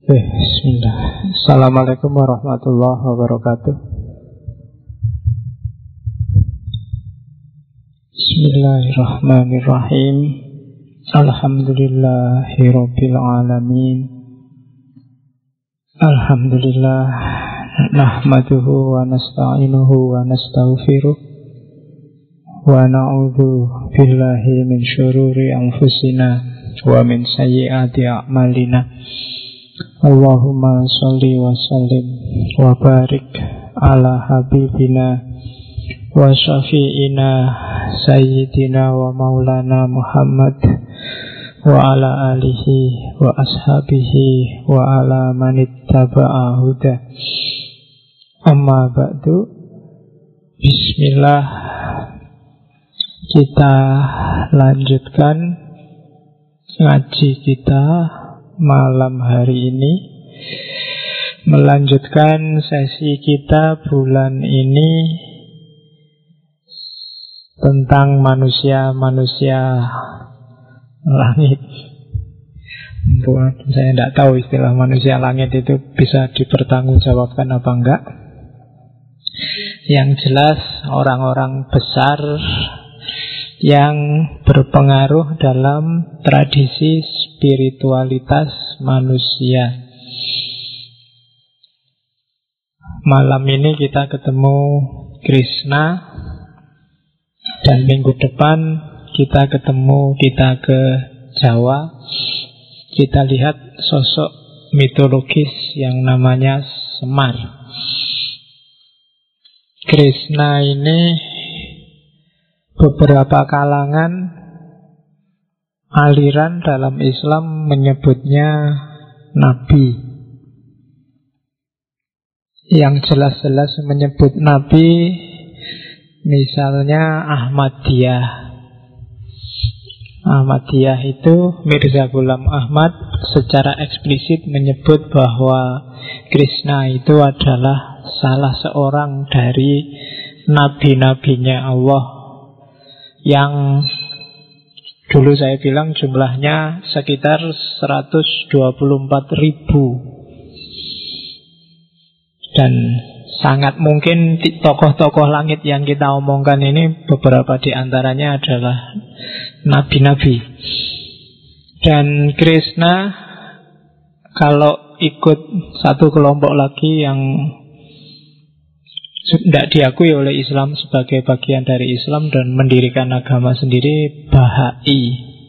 Bismillah. Assalamualaikum warahmatullahi wabarakatuh. Bismillahirrahmanirrahim. Alhamdulillahirabbil alamin. Alhamdulillah nahmaduhu wa nasta'inuhu wa nastaghfiruh wa na'udzu billahi min syururi anfusina wa min sayyiati a'malina. Allahumma sholli wa sallim wa barik ala habibina wa syafi'ina sayyidina wa maulana Muhammad wa ala alihi wa ashabihi wa ala manittaba'a huda. Amma ba'du. Bismillah. Kita lanjutkan ngaji kita malam hari ini, melanjutkan sesi kita bulan ini tentang manusia-manusia langit. Saya tidak tahu istilah manusia langit itu bisa dipertanggungjawabkan apa enggak. Yang jelas orang-orang besar yang berpengaruh dalam tradisi spiritualitas manusia. Malam ini kita ketemu Krishna, dan minggu depan kita ke Jawa. Kita lihat sosok mitologis yang namanya Semar. Krishna ini beberapa kalangan aliran dalam Islam menyebutnya Nabi. Yang jelas-jelas menyebut Nabi misalnya Ahmadiyah. Ahmadiyah itu Mirza Ghulam Ahmad secara eksplisit menyebut bahwa Krishna itu adalah salah seorang dari nabi-nabinya Allah yang dulu saya bilang jumlahnya sekitar 124.000. Dan sangat mungkin tokoh-tokoh langit yang kita omongkan ini beberapa di antaranya adalah nabi-nabi. Dan Krishna kalau ikut satu kelompok lagi yang tidak diakui oleh Islam sebagai bagian dari Islam dan mendirikan agama sendiri, Bahai.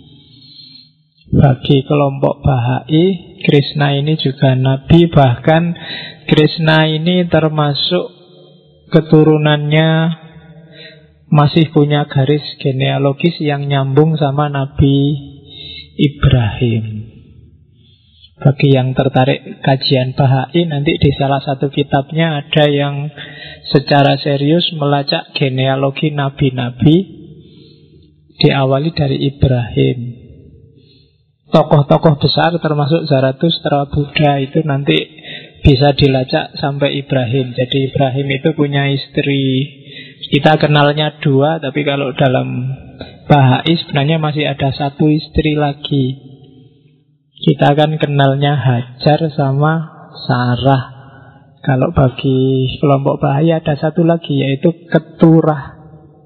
Bagi kelompok Bahai, Krishna ini juga nabi. Bahkan Krishna ini termasuk keturunannya masih punya garis genealogis yang nyambung sama Nabi Ibrahim. Bagi yang tertarik kajian Bahai, nanti di salah satu kitabnya ada yang secara serius melacak genealogi nabi-nabi, diawali dari Ibrahim. Tokoh-tokoh besar termasuk Zarathustra, Buddha itu nanti bisa dilacak sampai Ibrahim. Jadi Ibrahim itu punya istri, kita kenalnya 2, tapi kalau dalam Bahai sebenarnya masih ada 1 istri lagi. Kita kan kenalnya Hajar sama Sarah. Kalau bagi kelompok Bahai ada 1 lagi, yaitu Keturah.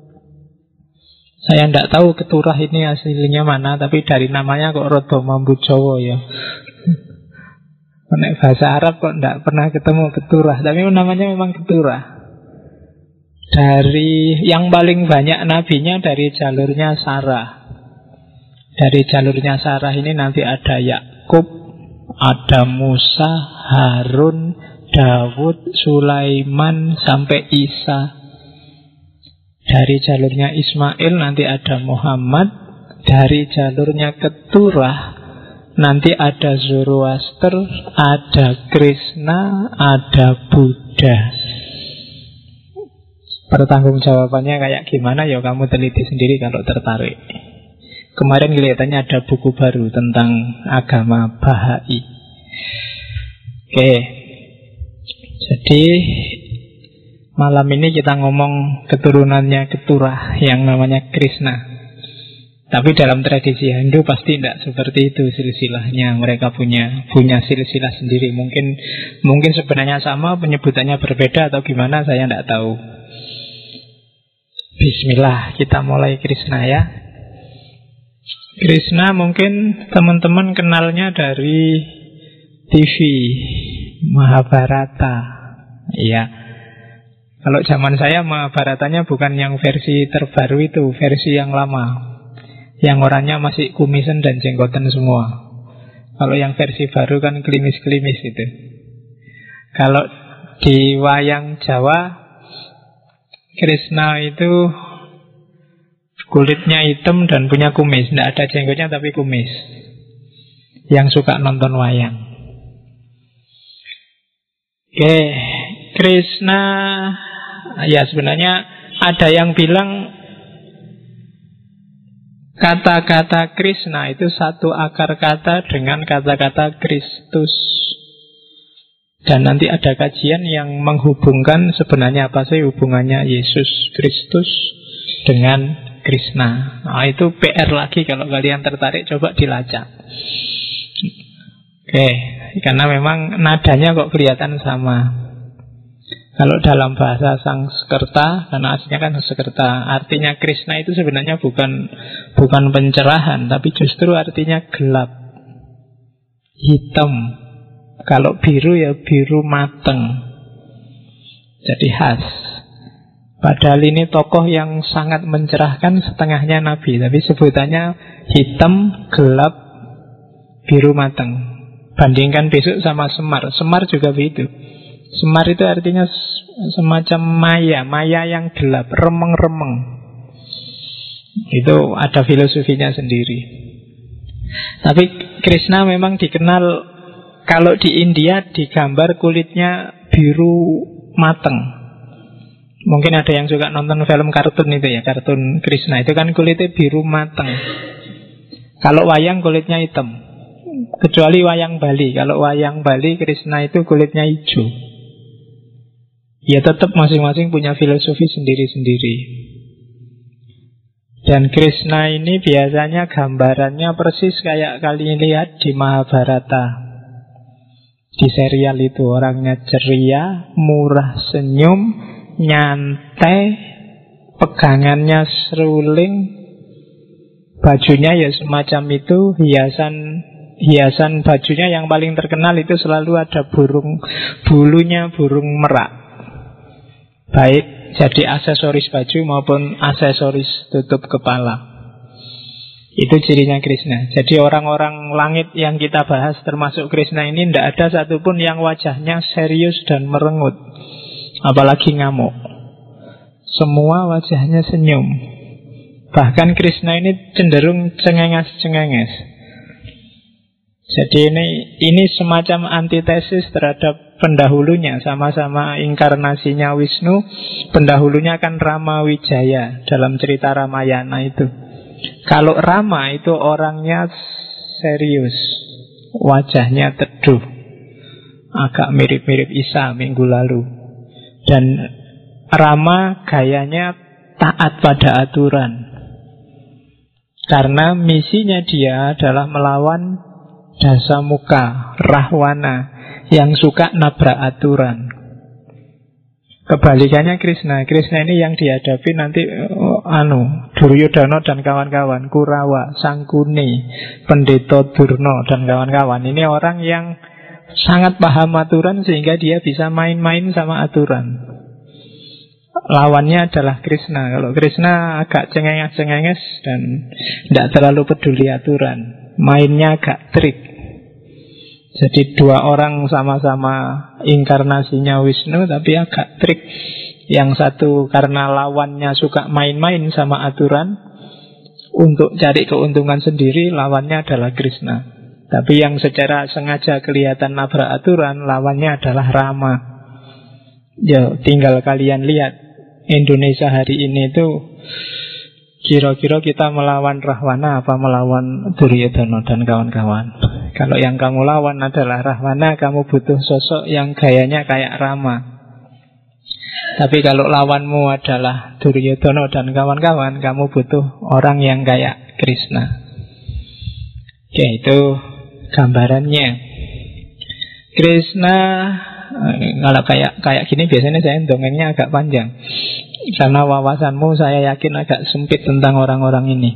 Saya tidak tahu Keturah ini aslinya mana, tapi dari namanya kok rada mambu Jawa ya. Nek bahasa Arab kok tidak pernah ketemu Keturah, tapi namanya memang Keturah. Dari yang paling banyak nabinya dari jalurnya Sarah. Dari jalurnya Sarah ini nanti ada Yakub, ada Musa, Harun, Dawud, Sulaiman, sampai Isa. Dari jalurnya Ismail nanti ada Muhammad. Dari jalurnya Keturah nanti ada Zoroaster, ada Krishna, ada Buddha. Pertanggungjawabannya kayak gimana ya kamu teliti sendiri kalau tertarik. Kemarin kelihatannya ada buku baru tentang agama Bahai. Oke. Jadi malam ini kita ngomong keturunannya Keturah yang namanya Krishna. Tapi dalam tradisi Hindu pasti tidak seperti itu silsilahnya. Mereka punya silsilah sendiri. Mungkin sebenarnya sama, penyebutannya berbeda atau gimana, saya tidak tahu. Bismillah, kita mulai Krishna ya. Krishna mungkin teman-teman kenalnya dari TV Mahabharata. Iya. Kalau zaman saya Mahabharatanya bukan yang versi terbaru itu, versi yang lama. Yang orangnya masih kumisan dan jenggotan semua. Kalau yang versi baru kan klimis-klimis itu. Kalau di wayang Jawa, Krishna itu kulitnya hitam dan punya kumis. Tidak ada jenggotnya tapi kumis. Yang suka nonton wayang. Oke, Krishna, ya sebenarnya ada yang bilang kata-kata Krishna itu satu akar kata dengan kata-kata Kristus. Dan nanti ada kajian yang menghubungkan sebenarnya apa sih hubungannya Yesus Kristus dengan Krishna. Nah, itu PR lagi kalau kalian tertarik, coba dilacak. Oke, karena memang nadanya kok kelihatan sama. Kalau dalam bahasa Sanskerta, karena aslinya kan Sanskerta, artinya Krishna itu sebenarnya bukan pencerahan, tapi justru artinya gelap, hitam. Kalau biru ya biru mateng. Jadi khas. Padahal ini tokoh yang sangat mencerahkan, setengahnya nabi, tapi sebutannya hitam, gelap, biru mateng. Bandingkan besok sama Semar. Semar juga begitu. Semar itu artinya semacam maya yang gelap, remeng-remeng. Itu ada filosofinya sendiri. Tapi Krishna memang dikenal, kalau di India digambar kulitnya biru mateng. Mungkin ada yang suka nonton film kartun itu ya, kartun Krishna itu kan kulitnya biru mateng. Kalau wayang kulitnya hitam. Kecuali wayang Bali. Kalau wayang Bali Krishna itu kulitnya hijau. Ya tetap masing-masing punya filosofi sendiri-sendiri. Dan Krishna ini biasanya gambarannya persis kayak kalian lihat di Mahabharata. Di serial itu orangnya ceria, murah senyum, nyantai, pegangannya seruling, bajunya ya semacam itu, hiasan bajunya yang paling terkenal itu selalu ada bulunya burung merak. Baik jadi aksesoris baju maupun aksesoris tutup kepala. Itu cirinya Krishna. Jadi orang-orang langit yang kita bahas termasuk Krishna ini tidak ada satupun yang wajahnya serius dan merengut, apalagi ngamuk. Semua wajahnya senyum. Bahkan Krishna ini cenderung cengenges-cengenges. Jadi ini semacam antitesis terhadap pendahulunya. Sama-sama inkarnasinya Wisnu. Pendahulunya kan Rama Wijaya dalam cerita Ramayana itu. Kalau Rama itu orangnya serius, wajahnya teduh, agak mirip-mirip Isa minggu lalu. Dan Rama gayanya taat pada aturan, karena misinya dia adalah melawan Dasamuka, Rahwana, yang suka nabrak aturan. Kebalikannya Krishna. Krishna ini yang dihadapi nanti Duryodhana dan kawan-kawan, Kurawa, Sangkuni, Pendeta Durna dan kawan-kawan. Ini orang yang sangat paham aturan sehingga dia bisa main-main sama aturan. Lawannya adalah Krishna. Kalau Krishna agak cengenges-cengenges dan tidak terlalu peduli aturan, mainnya agak trik. Jadi dua orang sama-sama inkarnasinya Wisnu tapi agak trik. Yang satu karena lawannya suka main-main sama aturan, untuk cari keuntungan sendiri, lawannya adalah Krishna. Tapi yang secara sengaja kelihatan nabrak aturan, lawannya adalah Rama. Ya tinggal kalian lihat Indonesia hari ini itu, kira-kira kita melawan Rahwana apa melawan Duryodhana dan kawan-kawan. Kalau yang kamu lawan adalah Rahwana, kamu butuh sosok yang gayanya kayak Rama. Tapi kalau lawanmu adalah Duryodhana dan kawan-kawan, kamu butuh orang yang kayak Krishna. Oke, itu gambarannya. Krishna, kalau kayak gini biasanya saya dongengnya agak panjang, karena wawasanmu saya yakin agak sempit tentang orang-orang ini.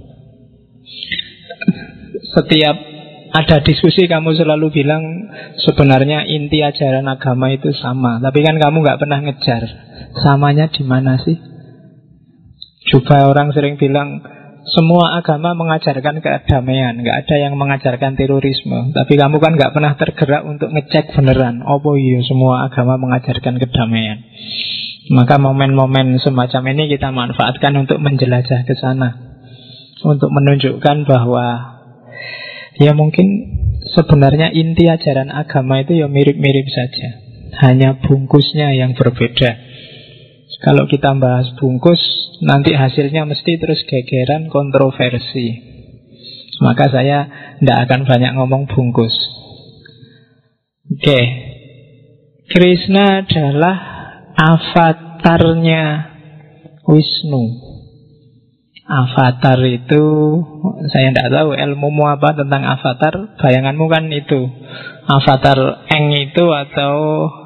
Setiap ada diskusi kamu selalu bilang sebenarnya inti ajaran agama itu sama, tapi kan kamu nggak pernah ngejar samanya di mana sih. Juga orang sering bilang semua agama mengajarkan kedamaian, nggak ada yang mengajarkan terorisme. Tapi kamu kan nggak pernah tergerak untuk ngecek beneran, oh iya semua agama mengajarkan kedamaian. Maka momen-momen semacam ini kita manfaatkan untuk menjelajah ke sana, untuk menunjukkan bahwa ya mungkin sebenarnya inti ajaran agama itu ya mirip-mirip saja, hanya bungkusnya yang berbeda. Kalau kita bahas bungkus, nanti hasilnya mesti terus gegeran, kontroversi. Maka saya tidak akan banyak ngomong bungkus. Oke. Krishna adalah avatarnya Wisnu. Avatar itu, saya tidak tahu ilmumu apa tentang avatar. Bayanganmu kan itu avatar Eng itu atau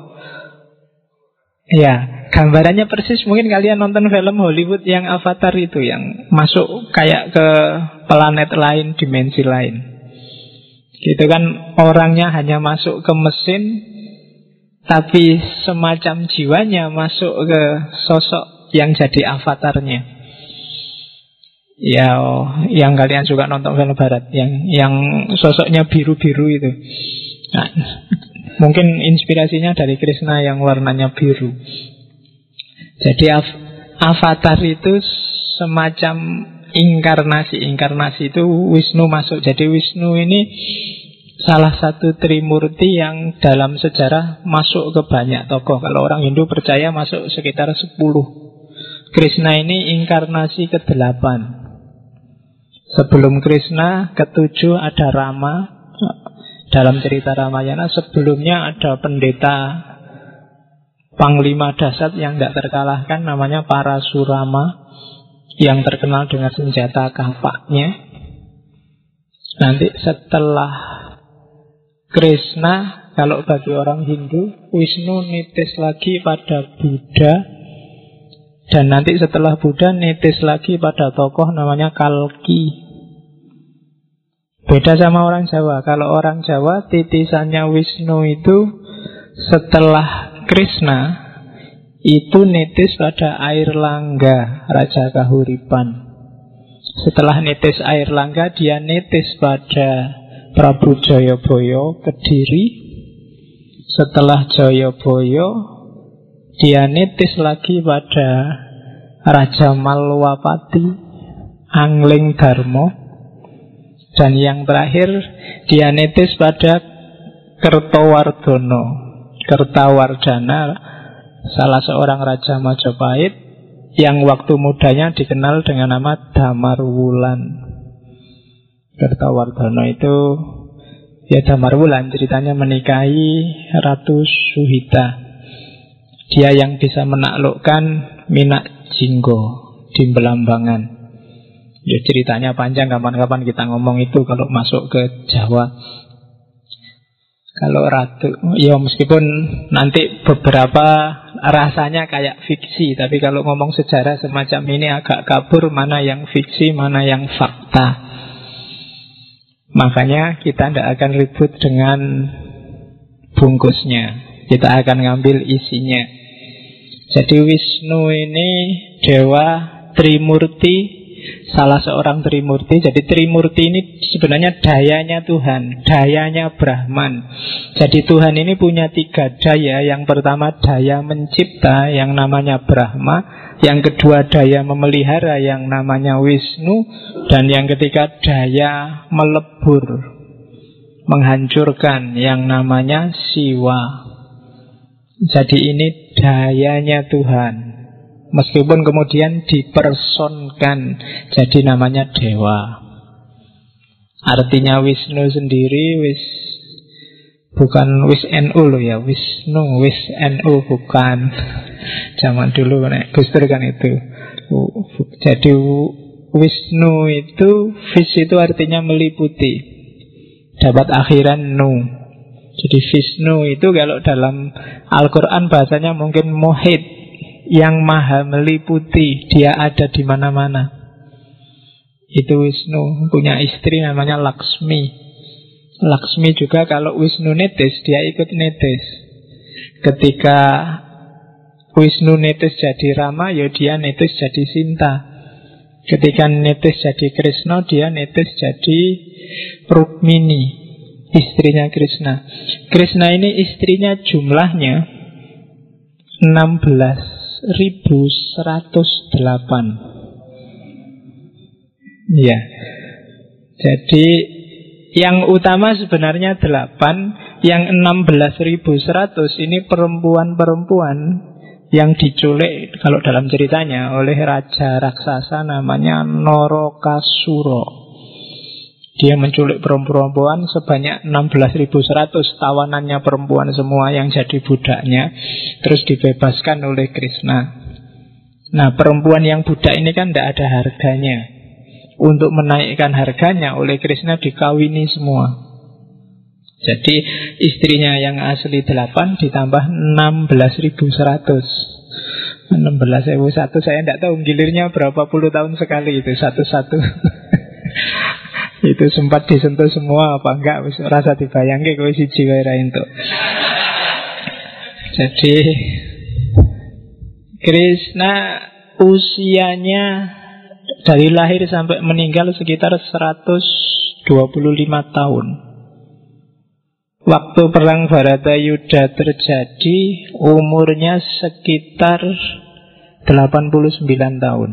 ya, gambarannya persis mungkin kalian nonton film Hollywood yang Avatar itu, yang masuk kayak ke planet lain, dimensi lain. Gitu kan, orangnya hanya masuk ke mesin, tapi semacam jiwanya masuk ke sosok yang jadi avatarnya. Ya, yang kalian suka nonton film barat, yang sosoknya biru-biru itu. Nah, mungkin inspirasinya dari Krishna yang warnanya biru. Jadi avatar itu semacam inkarnasi. Inkarnasi itu Wisnu masuk. Jadi Wisnu ini salah satu Trimurti yang dalam sejarah masuk ke banyak tokoh. Kalau orang Hindu percaya masuk sekitar 10. Krishna ini inkarnasi ke-8. Sebelum Krishna ke-7 ada Rama. Dalam cerita Ramayana sebelumnya ada pendeta Panglima Dasar yang tidak terkalahkan, namanya Parasurama, yang terkenal dengan senjata kapaknya. Nanti setelah Krishna, kalau bagi orang Hindu, Wisnu nitis lagi pada Buddha. Dan nanti setelah Buddha nitis lagi pada tokoh namanya Kalki. Beda sama orang Jawa. Kalau orang Jawa titisannya Wisnu itu setelah Krishna itu nitis pada Air Langga, Raja Kahuripan. Setelah nitis Air Langga, dia nitis pada Prabu Jayabaya Kediri. Setelah Jayabaya, dia nitis lagi pada Raja Malwapati, Angling Darmo. Dan yang terakhir dia nitis pada Kertawardhana, Kertawardhana, salah seorang raja Majapahit yang waktu mudanya dikenal dengan nama Damarwulan. Kertawardhana itu ya Damarwulan, ceritanya menikahi Ratu Suhita. Dia yang bisa menaklukkan Minak Jinggo di Belambangan. Ya ceritanya panjang, kapan-kapan kita ngomong itu kalau masuk ke Jawa. Kalau ratu, ya meskipun nanti beberapa rasanya kayak fiksi, tapi kalau ngomong sejarah semacam ini agak kabur mana yang fiksi, mana yang fakta. Makanya kita tidak akan ribut dengan bungkusnya, kita akan ngambil isinya. Jadi Wisnu ini dewa Trimurti, salah seorang Trimurti. Jadi Trimurti ini sebenarnya dayanya Tuhan, dayanya Brahman. Jadi Tuhan ini punya 3 daya. Yang pertama daya mencipta yang namanya Brahma, yang kedua daya memelihara yang namanya Wisnu, dan yang ketiga daya melebur, menghancurkan yang namanya Siwa. Jadi ini dayanya Tuhan, meskipun kemudian dipersonkan jadi namanya dewa. Artinya Wisnu sendiri bukan Wisnu loh ya, Wisnu, Wisnu bukan. Zaman dulu Gus Dur kan itu. Jadi Wisnu itu, vis itu artinya meliputi, dapat akhiran nu. Jadi Vishnu itu kalau dalam Al-Quran bahasanya mungkin muhit, yang maha meliputi, dia ada di mana-mana. Itu Wisnu, punya istri namanya Laksmi. Laksmi juga kalau Wisnu netes, dia ikut netes. Ketika Wisnu netes jadi Rama, ya dia netes jadi Sinta. Ketika netes jadi Krishna, dia netes jadi Rukmini, istrinya Krishna. Krishna ini istrinya jumlahnya 16.108. Ya. Jadi yang utama sebenarnya 8, yang 16.100 ini perempuan-perempuan yang diculik kalau dalam ceritanya oleh raja raksasa namanya Narakasura. Dia menculik perempuan sebanyak 16.100, tawanannya perempuan semua yang jadi budaknya, terus dibebaskan oleh Krishna. Nah, perempuan yang budak ini kan tidak ada harganya. Untuk menaikkan harganya oleh Krishna dikawini semua. Jadi istrinya yang asli 8 ditambah 16.100. 16.001, saya tidak tahu gilirnya berapa puluh tahun sekali itu satu-satu. Itu sempat disentuh semua apa enggak, rasa dibayangke kowe siji wae ra entuk. Jadi Krishna usianya dari lahir sampai meninggal sekitar 125 tahun. Waktu perang Bharatayuddha terjadi, umurnya sekitar 89 tahun.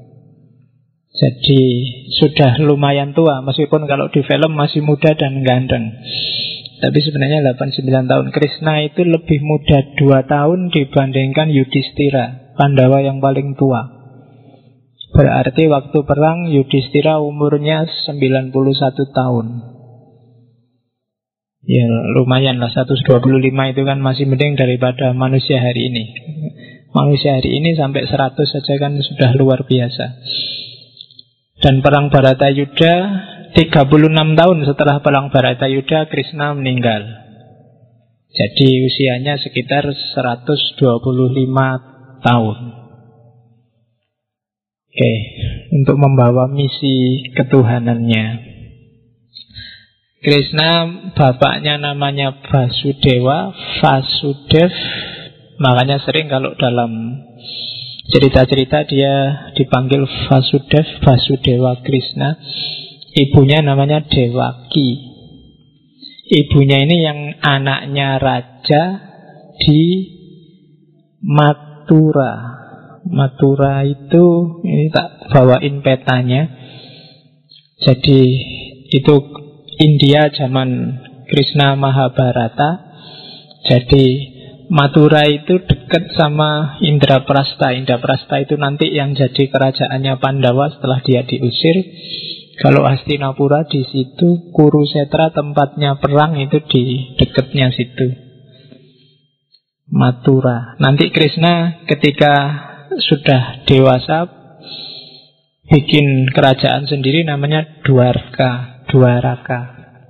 Jadi sudah lumayan tua, meskipun kalau di film masih muda dan ganteng. Tapi sebenarnya 89 tahun. Krishna itu lebih muda 2 tahun dibandingkan Yudhistira, Pandawa yang paling tua. Berarti waktu perang Yudhistira umurnya 91 tahun. Ya lumayan lah, 125 itu kan masih mending daripada manusia hari ini. Manusia hari ini sampai 100 saja kan sudah luar biasa. Dan perang Bharatayuddha 36 tahun setelah perang Bharatayuddha Krishna meninggal. Jadi usianya sekitar 125 tahun. Oke, untuk membawa misi ketuhanannya. Krishna bapaknya namanya Vasudewa, Vasudev. Makanya sering kalau dalam cerita-cerita dia dipanggil Vasudev, Vasudewa Krishna. Ibunya namanya Devaki. Ibunya ini yang anaknya raja di Mathura. Mathura itu, ini tak bawain petanya. Jadi itu India zaman Krishna Mahabharata. Jadi Mathura itu dekat sama Indraprastha. Indraprastha itu nanti yang jadi kerajaannya Pandawa setelah dia diusir. Kalau Hastinapura di situ, Kurusetra tempatnya perang itu di dekatnya situ, Mathura. Nanti Krishna ketika sudah dewasa bikin kerajaan sendiri namanya Dwaraka.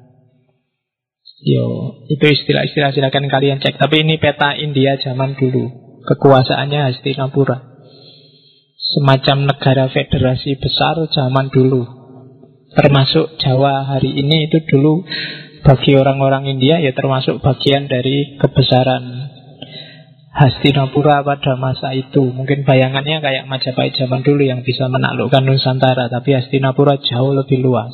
Yo, itu istilah-istilah silakan kalian cek. Tapi ini peta India zaman dulu. Kekuasaannya Hastinapura, semacam negara federasi besar zaman dulu. Termasuk Jawa hari ini itu dulu bagi orang-orang India ya termasuk bagian dari kebesaran Hastinapura pada masa itu. Mungkin bayangannya kayak Majapahit zaman dulu yang bisa menaklukkan Nusantara, tapi Hastinapura jauh lebih luas.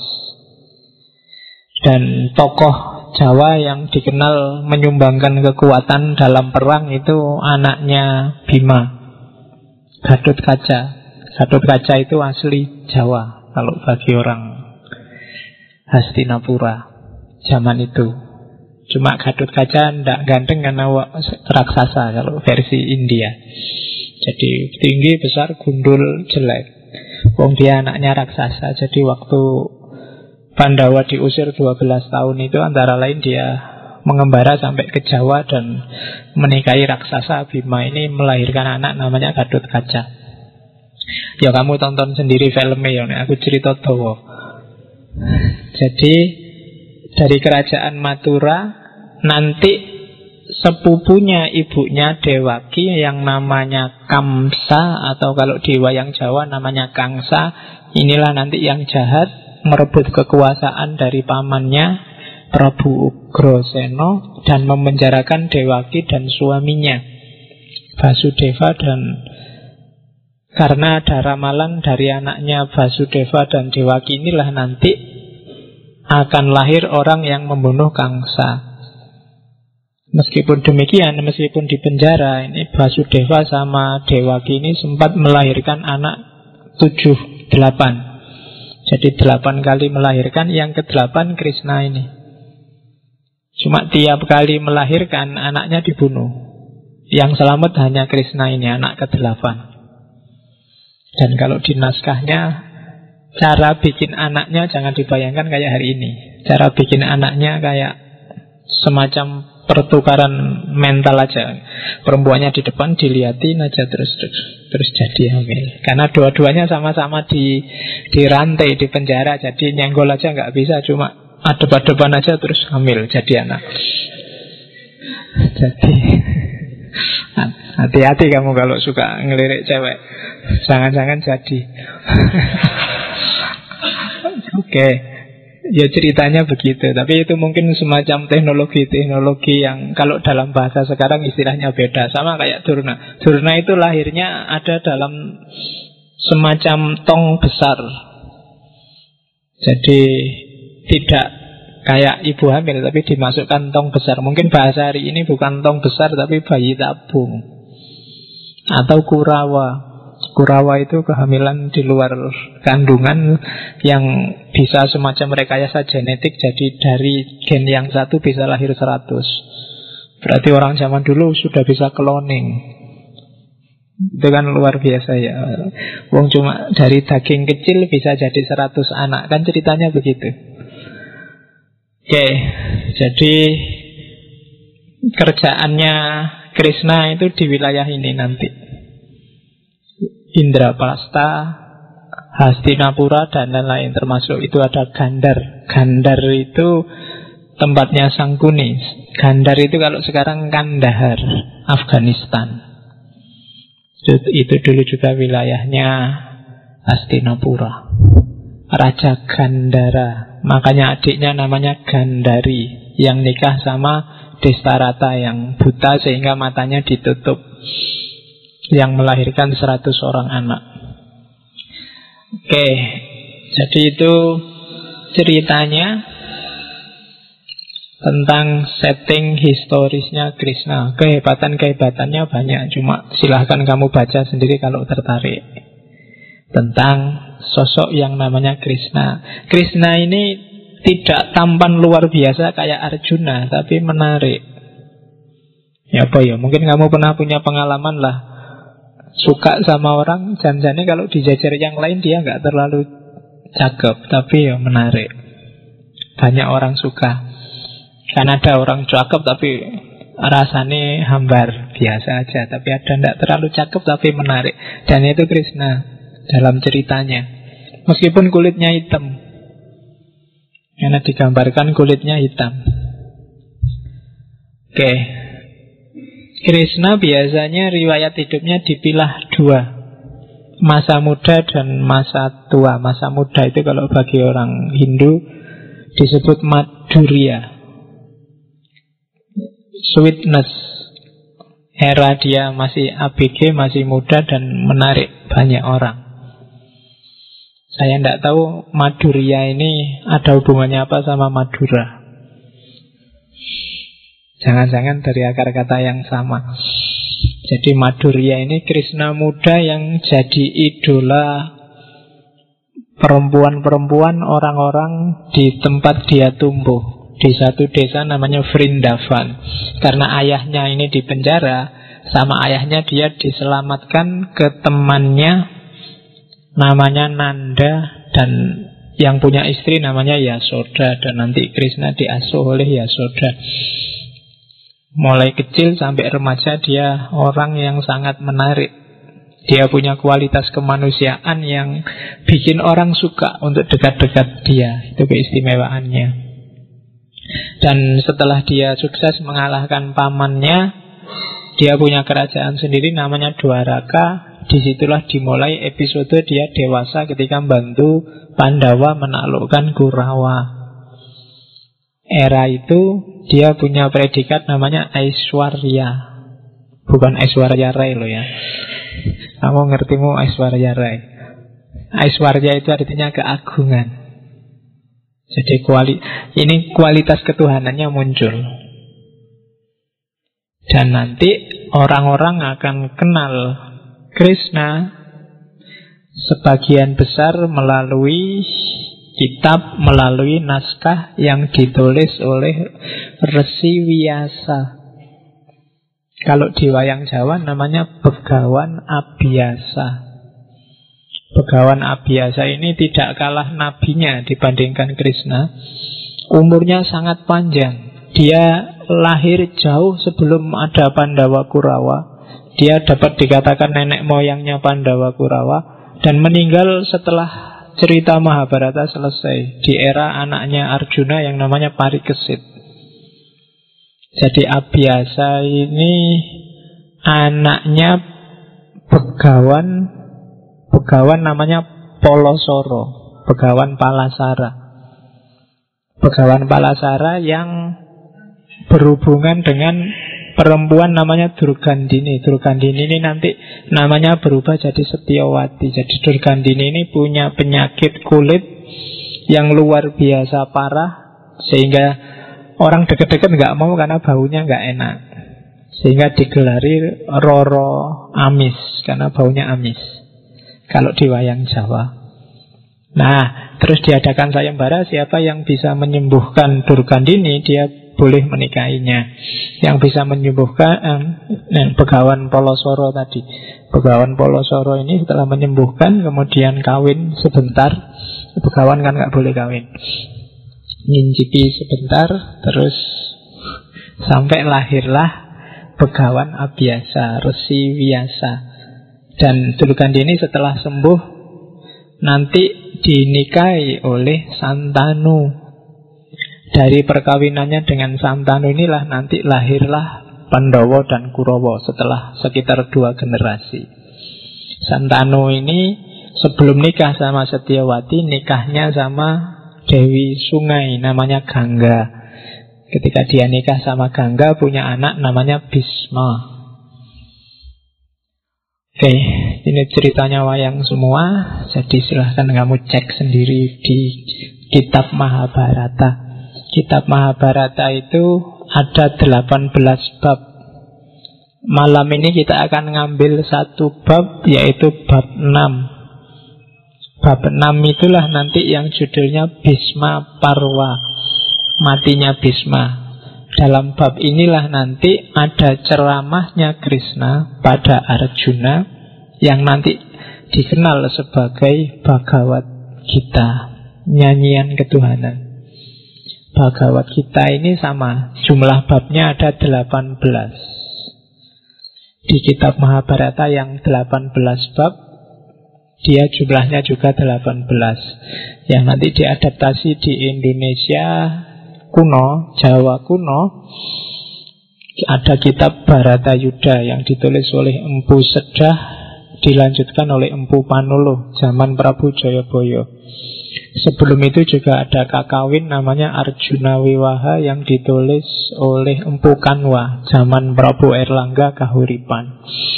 Dan tokoh Jawa yang dikenal menyumbangkan kekuatan dalam perang itu anaknya Bima, Gatotkaca. Gatotkaca itu asli Jawa kalau bagi orang Hastinapura zaman itu. Cuma Gatotkaca tidak ganteng karena raksasa kalau versi India. Jadi tinggi, besar, gundul, jelek. Wong dia anaknya raksasa. Jadi waktu Pandawa diusir 12 tahun itu antara lain dia mengembara sampai ke Jawa dan menikahi raksasa Bima ini, melahirkan anak namanya Gatotkaca. Ya kamu tonton sendiri filmnya ya, aku cerita dawa. Jadi dari kerajaan Mathura nanti sepupunya ibunya Dewaki yang namanya Kamsa, atau kalau di wayang Jawa namanya Kangsa, inilah nanti yang jahat merebut kekuasaan dari pamannya Prabu Ugrasena dan memenjarakan Dewaki dan suaminya Basudeva. Dan karena ada ramalan dari anaknya Basudeva dan Dewaki inilah nanti akan lahir orang yang membunuh Kangsa. Meskipun demikian, meskipun di penjara, ini Basudeva sama Dewaki ini sempat melahirkan anak 7, 8. Jadi 8 kali melahirkan, yang ke-8 Krishna ini. Cuma tiap kali melahirkan anaknya dibunuh. Yang selamat hanya Krishna ini, anak ke-8. Dan kalau di naskahnya, cara bikin anaknya jangan dibayangkan kayak hari ini. Cara bikin anaknya kayak semacam pertukaran mental aja. Perempuannya di depan, dilihatin aja terus jadi hamil. Karena dua-duanya sama-sama dirantai di penjara, jadi nyenggol aja nggak bisa, cuma adep-adepan aja terus hamil jadi anak. Jadi hati-hati kamu kalau suka ngelirik cewek, jangan-jangan jadi. Oke. Ya ceritanya begitu. Tapi itu mungkin semacam teknologi yang kalau dalam bahasa sekarang istilahnya beda. Sama kayak Durna. Durna itu lahirnya ada dalam semacam tong besar. Jadi tidak kayak ibu hamil, tapi dimasukkan tong besar. Mungkin bahasa hari ini bukan tong besar, tapi bayi tabung atau kurawa. Kurawa itu kehamilan di luar kandungan yang bisa semacam rekayasa genetik. Jadi dari gen yang satu bisa lahir 100. Berarti orang zaman dulu sudah bisa cloning. Itu kan luar biasa ya. Wong cuma dari daging kecil bisa jadi 100 anak. Kan ceritanya begitu. Oke, jadi kerjaannya Krishna itu di wilayah ini nanti. Indrapasta, Hastinapura, dan lain-lain. Termasuk itu ada Gandhar. Gandhar itu tempatnya Sangkuni. Gandhar itu kalau sekarang Kandahar, Afghanistan. Itu dulu juga wilayahnya Hastinapura. Raja Gandhara. Makanya adiknya namanya Gandhari, yang nikah sama Destarata yang buta sehingga matanya ditutup, yang melahirkan 100 orang anak. Oke, jadi itu ceritanya tentang setting historisnya Krishna. Kehebatan-kehebatannya banyak, cuma silahkan kamu baca sendiri kalau tertarik tentang sosok yang namanya Krishna. Krishna ini tidak tampan luar biasa kayak Arjuna, tapi menarik. Ya apa ya, mungkin kamu pernah punya pengalaman lah, suka sama orang, janjane kalau dijajar yang lain dia nggak terlalu cakep, tapi ya menarik. Banyak orang suka. Kan ada orang cakep tapi rasanya hambar, biasa aja. Tapi ada nggak terlalu cakep tapi menarik. Dan itu Krishna dalam ceritanya. Meskipun kulitnya hitam, karena digambarkan kulitnya hitam. Oke. Krishna biasanya riwayat hidupnya dipilah 2, masa muda dan masa tua. Masa muda itu kalau bagi orang Hindu disebut Madhurya, sweetness. Era dia masih ABG, masih muda dan menarik banyak orang. Saya tidak tahu Madhurya ini ada hubungannya apa sama Madura. Jangan-jangan dari akar kata yang sama. Jadi Madhurya ini Krishna muda yang jadi idola perempuan-perempuan orang-orang di tempat dia tumbuh. Di satu desa namanya Vrindavan. Karena ayahnya ini di penjara, sama ayahnya dia diselamatkan ke temannya namanya Nanda, dan yang punya istri namanya Yasoda. Dan nanti Krishna diasuh oleh Yasoda. Mulai kecil sampai remaja dia orang yang sangat menarik. Dia punya kualitas kemanusiaan yang bikin orang suka untuk dekat-dekat dia. Itu keistimewaannya. Dan setelah dia sukses mengalahkan pamannya, dia punya kerajaan sendiri namanya Dwaraka. Disitulah dimulai episode dia dewasa ketika membantu Pandawa menaklukkan Kurawa. Era itu dia punya predikat namanya Aishwarya. Bukan Aishwarya Rai loh ya. Kamu ngertimu Aishwarya Rai. Aishwarya itu artinya keagungan. Jadi ini kualitas ketuhanannya muncul. Dan nanti orang-orang akan kenal Krishna sebagian besar melalui kitab, melalui naskah yang ditulis oleh Resi Vyasa. Kalau di wayang Jawa namanya Begawan Abhyasa. Begawan Abhyasa ini tidak kalah nabinya dibandingkan Krishna. Umurnya sangat panjang. Dia lahir jauh sebelum ada Pandawa Kurawa. Dia dapat dikatakan nenek moyangnya Pandawa Kurawa. Dan meninggal setelah cerita Mahabharata selesai, di era anaknya Arjuna yang namanya Parikesit. Jadi Abhyasa ini anaknya Begawan namanya Polosoro, Begawan Palasara. Begawan Palasara yang berhubungan dengan perempuan namanya Durgandini. Durgandini ini nanti namanya berubah jadi Setyawati. Jadi Durgandini ini punya penyakit kulit yang luar biasa parah, sehingga orang deket-deket nggak mau karena baunya nggak enak. Sehingga digelari Roro Amis, karena baunya amis kalau di wayang Jawa. Nah, terus diadakan sayembara, siapa yang bisa menyembuhkan Durgandini, dia boleh menikahinya. Yang bisa menyembuhkan Begawan Polosoro tadi. Begawan Polosoro ini setelah menyembuhkan, kemudian kawin sebentar. Begawan kan nggak boleh kawin, ngincipi sebentar, terus sampai lahirlah Begawan Abhyasa, Resi Vyasa. Dan Durgandini setelah sembuh nanti dinikahi oleh Santanu. Dari perkawinannya dengan Santanu inilah nanti lahirlah Pandawa dan Kurawa setelah sekitar 2 generasi. Santanu ini sebelum nikah sama Setyawati, nikahnya sama Dewi Sungai namanya Gangga. Ketika dia nikah sama Gangga, punya anak namanya Bhisma. Oke, ini ceritanya wayang semua. Jadi silahkan kamu cek sendiri di kitab Mahabharata. Kitab Mahabharata itu ada 18 bab. Malam ini kita akan ngambil satu bab, yaitu bab 6. Bab 6 itulah nanti yang judulnya Bhisma Parwa, matinya Bhisma. Dalam bab inilah nanti ada ceramahnya Krishna pada Arjuna yang nanti dikenal sebagai Bhagavad Gita, nyanyian ketuhanan. Bhagavad Gita ini sama, jumlah babnya ada 18. Di kitab Mahabharata yang 18 bab, dia jumlahnya juga 18. Yang nanti diadaptasi di Indonesia kuno, Jawa kuno, ada kitab Bharatayuddha yang ditulis oleh Empu Sedah, dilanjutkan oleh Empu Panuluh zaman Prabu Jayabaya. Sebelum itu juga ada kakawin namanya Arjuna Wiwaha yang ditulis oleh Empu Kanwa zaman Prabu Erlangga Kahuripan.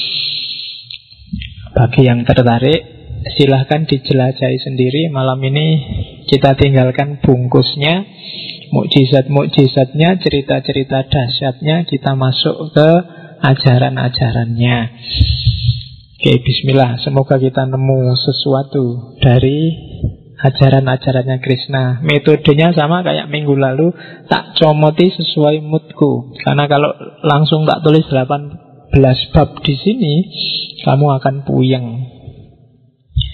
Bagi yang tertarik, silahkan dijelajahi sendiri. Malam ini kita tinggalkan bungkusnya, mukjizat-mukjizatnya, cerita-cerita dahsyatnya, kita masuk ke ajaran-ajarannya. Oke, bismillah. Semoga kita nemu sesuatu dari ajaran-ajarannya Krishna. Metodenya sama kayak minggu lalu, tak comoti sesuai moodku. Karena kalau langsung tak tulis 18 bab di sini, kamu akan puyeng.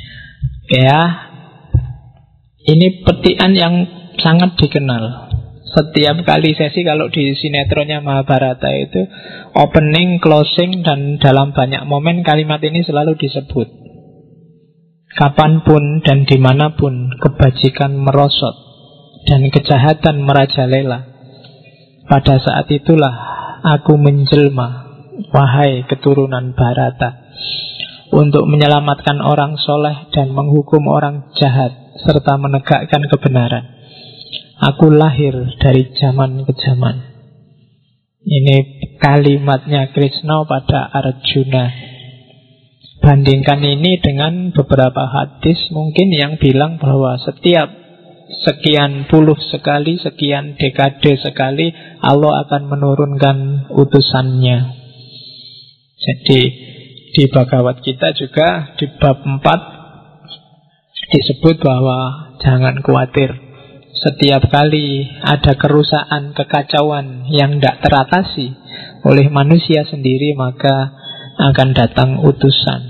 Ya, ini petikan yang sangat dikenal. Setiap kali sesi, kalau di sinetronnya Mahabharata itu opening, closing, dan dalam banyak momen kalimat ini selalu disebut. Kapanpun dan dimanapun kebajikan merosot dan kejahatan merajalela, pada saat itulah aku menjelma, wahai keturunan Bharata, untuk menyelamatkan orang soleh dan menghukum orang jahat serta menegakkan kebenaran. Aku lahir dari zaman ke zaman. Ini kalimatnya Krishna pada Arjuna. Bandingkan ini dengan beberapa hadis mungkin yang bilang bahwa setiap sekian puluh sekali, sekian dekade sekali Allah akan menurunkan utusannya. Jadi di Bhagavad Gita juga di bab 4 disebut bahwa jangan khawatir. Setiap kali ada kerusakan, kekacauan yang tidak teratasi oleh manusia sendiri, maka akan datang utusan.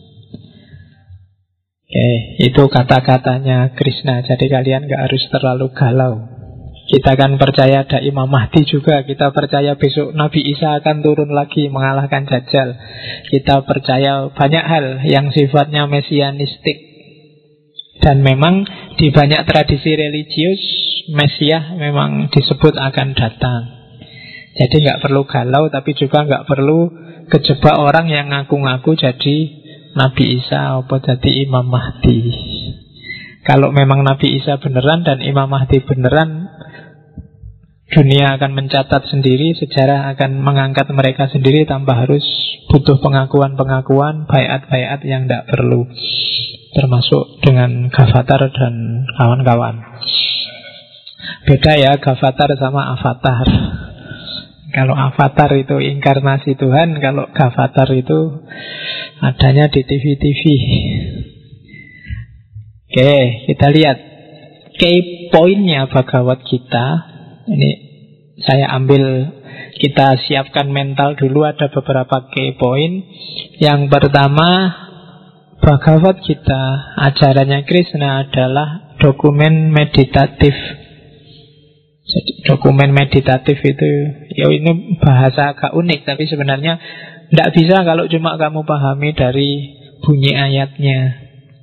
Oke, itu kata-katanya Krishna. Jadi kalian gak harus terlalu galau. Kita kan percaya ada Imam Mahdi juga. Kita percaya besok Nabi Isa akan turun lagi mengalahkan Dajjal. Kita percaya banyak hal yang sifatnya mesianistik. Dan memang di banyak tradisi religius Mesias memang disebut akan datang. Jadi gak perlu galau, tapi juga gak perlu kejebak orang yang ngaku-ngaku jadi Nabi Isa atau jadi Imam Mahdi. Kalau memang Nabi Isa beneran dan Imam Mahdi beneran, dunia akan mencatat sendiri, sejarah akan mengangkat mereka sendiri tanpa harus butuh pengakuan-pengakuan, baiat-baiat yang tidak perlu. Termasuk dengan Gavatar dan kawan-kawan. Beda ya Gavatar sama Avatar. Kalau Avatar itu inkarnasi Tuhan, kalau Gavatar itu adanya di TV-TV. Oke, kita lihat key point-nya Bhagavad Gita. Ini saya ambil, kita siapkan mental dulu, ada beberapa key point. Yang pertama, Bhagavad Gita, ajarannya Krishna adalah dokumen meditatif. Jadi dokumen meditatif itu, ya ini bahasa agak unik, tapi sebenarnya tidak bisa kalau cuma kamu pahami dari bunyi ayatnya.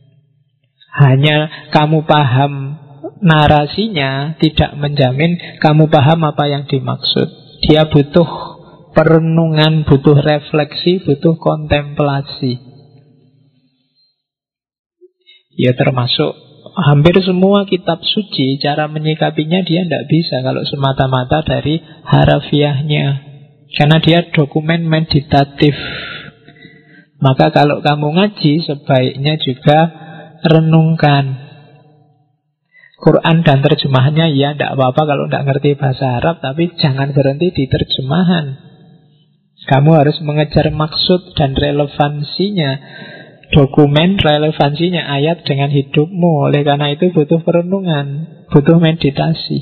Hanya kamu paham narasinya tidak menjamin kamu paham apa yang dimaksud. Dia butuh perenungan, butuh refleksi, butuh kontemplasi. Ya termasuk hampir semua kitab suci, cara menyikapinya dia tidak bisa kalau semata-mata dari harafiahnya. Karena dia dokumen meditatif. Maka kalau kamu ngaji, sebaiknya juga renungkan. Quran dan terjemahannya ya tidak apa-apa kalau tidak ngerti bahasa Arab, tapi jangan berhenti di terjemahan. Kamu harus mengejar maksud dan relevansinya. Dokumen relevansinya ayat dengan hidupmu. Oleh karena itu butuh perenungan, butuh meditasi.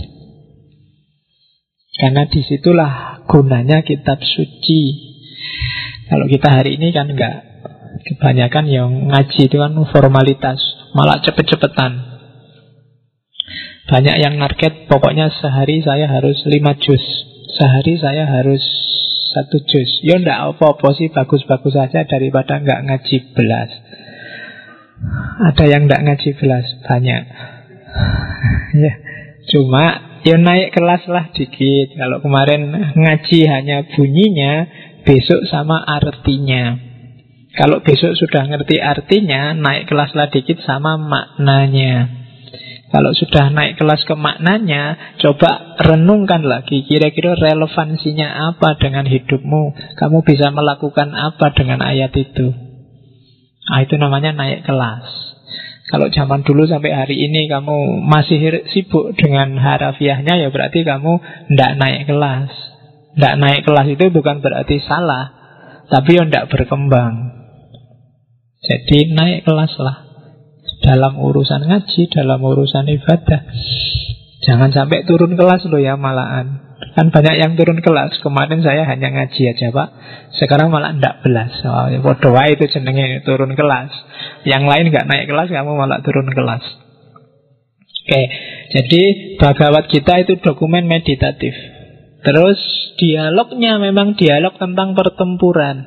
Karena disitulah gunanya kitab suci. Kalau kita hari ini kan enggak. Kebanyakan yang ngaji itu kan formalitas, malah cepet-cepetan. Banyak yang target, pokoknya sehari saya harus 5 juz, sehari saya harus 1 juz. Ya enggak apa-apa sih, bagus-bagus saja daripada enggak ngaji belas. Ada yang enggak ngaji belas, banyak. Ya, cuma ya naik kelas lah dikit. Kalau kemarin ngaji hanya bunyinya, besok sama artinya. Kalau besok sudah ngerti artinya, naik kelas lah dikit sama maknanya. Kalau sudah naik kelas ke maknanya, coba renungkan lagi kira-kira relevansinya apa dengan hidupmu. Kamu bisa melakukan apa dengan ayat itu. Nah, itu namanya naik kelas. Kalau zaman dulu sampai hari ini kamu masih sibuk dengan harafiahnya, ya berarti kamu tidak naik kelas. Tidak naik kelas itu bukan berarti salah, tapi ya tidak berkembang. Jadi naik kelas lah dalam urusan ngaji, dalam urusan ibadah. Jangan sampai turun kelas loh ya malahan. Kan banyak yang turun kelas. Kemarin saya hanya ngaji aja Pak, sekarang malah ndak belas. Bodoh wae itu jenenge turun kelas. Yang lain nggak naik kelas, kamu malah turun kelas. Oke, jadi Bhagavad Gita itu dokumen meditatif. Terus dialognya memang dialog tentang pertempuran.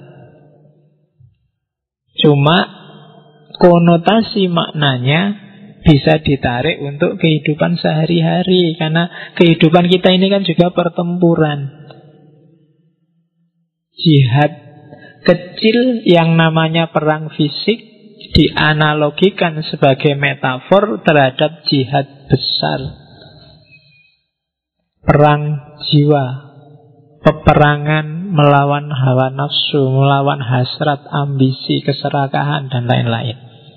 Cuma konotasi maknanya bisa ditarik untuk kehidupan sehari-hari. Karena kehidupan kita ini kan juga pertempuran. Jihad kecil yang namanya perang fisik dianalogikan sebagai metafor terhadap jihad besar, perang jiwa, peperangan melawan hawa nafsu, melawan hasrat, ambisi, keserakahan, dan lain-lain.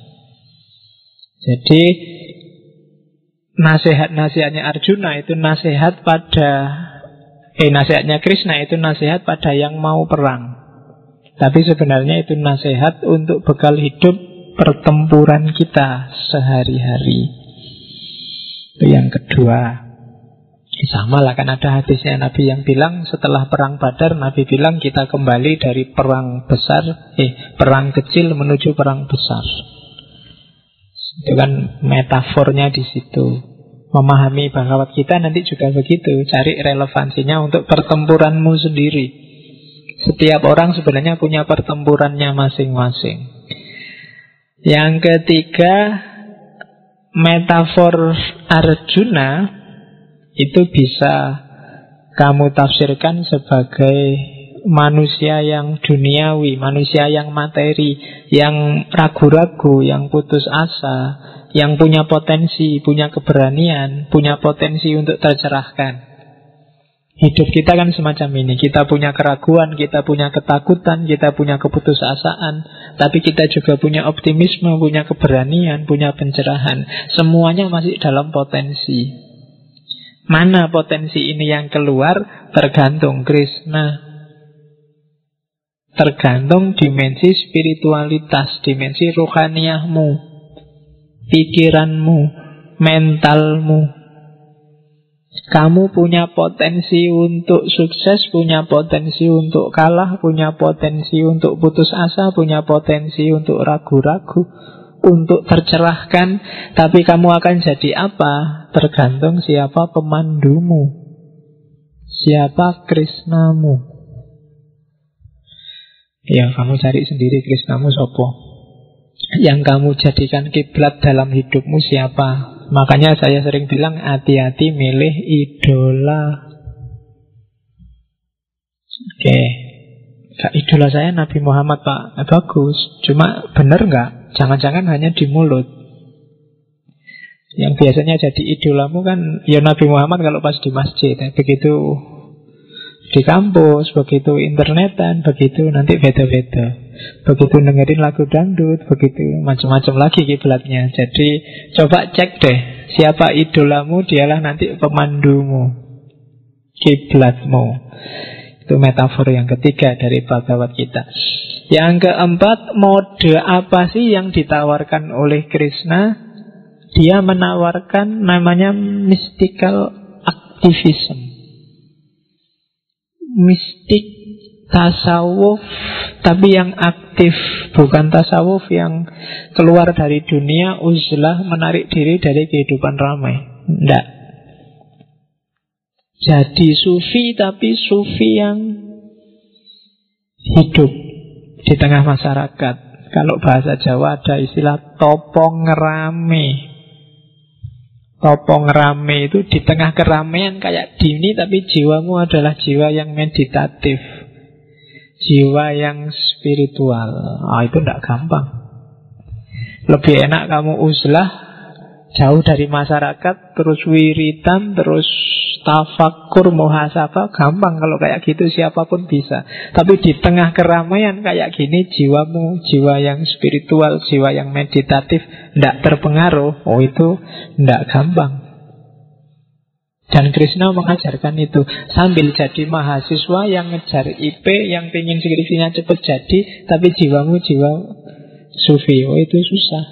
Jadi nasihat-nasihatnya Arjuna itu nasihatnya Krishna itu nasihat pada yang mau perang. Tapi sebenarnya itu nasihat untuk bekal hidup pertempuran kita sehari-hari. Itu yang kedua. Sama lah, kan ada hadisnya Nabi yang bilang setelah perang Badar, Nabi bilang kita kembali dari perang kecil menuju perang besar. Itu kan metafornya di situ. Memahami Bhagavad Gita nanti juga begitu, cari relevansinya untuk pertempuranmu sendiri. Setiap orang sebenarnya punya pertempurannya masing-masing. Yang ketiga, metafor Arjuna itu bisa kamu tafsirkan sebagai manusia yang duniawi, manusia yang materi, yang ragu-ragu, yang putus asa, yang punya potensi, punya keberanian, punya potensi untuk tercerahkan. Hidup kita kan semacam ini. Kita punya keraguan, kita punya ketakutan, kita punya keputusasaan, tapi kita juga punya optimisme, punya keberanian, punya pencerahan. Semuanya masih dalam potensi. Mana potensi ini yang keluar? Tergantung Krishna. Tergantung dimensi spiritualitas, dimensi rohaniyahmu, pikiranmu, mentalmu. Kamu punya potensi untuk sukses, punya potensi untuk kalah, punya potensi untuk putus asa, punya potensi untuk ragu-ragu, untuk tercerahkan. Tapi kamu akan jadi apa? Tergantung siapa pemandumu, siapa Krishnamu. Ya, kamu cari sendiri Krishnamu sopo. Yang kamu jadikan kiblat dalam hidupmu siapa? Makanya saya sering bilang hati-hati milih idola. Oke. Idola saya Nabi Muhammad, Pak. Bagus. Cuma benar nggak? Jangan-jangan hanya di mulut. Yang biasanya jadi idolamu kan ya Nabi Muhammad kalau pas di masjid. Begitu di kampus, begitu internetan, begitu nanti beda-beda. Begitu dengerin lagu dangdut, begitu macam-macam lagi kiblatnya. Jadi coba cek deh, siapa idolamu, dialah nanti pemandumu, kiblatmu. Itu metafor yang ketiga dari Bhagavad Gita. Yang keempat, mode apa sih yang ditawarkan oleh Krishna? Dia menawarkan namanya mystical activism. Mistik tasawuf, tapi yang aktif, bukan tasawuf yang keluar dari dunia uzlah, menarik diri dari kehidupan ramai. Tidak. Jadi sufi, tapi sufi yang hidup di tengah masyarakat. Kalau bahasa Jawa ada istilah topong rame. Topong rame itu di tengah keramaian kayak gini, tapi jiwamu adalah jiwa yang meditatif, jiwa yang spiritual. Itu tidak gampang. Lebih enak kamu uzlah, jauh dari masyarakat, terus wiritan, terus tafakur, muhasabah, gampang kalau kayak gitu, siapapun bisa. Tapi di tengah keramaian kayak gini, jiwamu, jiwa yang spiritual, jiwa yang meditatif, tidak terpengaruh. Itu tidak gampang. Dan Krishna mengajarkan itu. Sambil jadi mahasiswa yang ngejar IP, yang pengen skripsinya cepat jadi, tapi jiwamu jiwa sufi. Itu susah.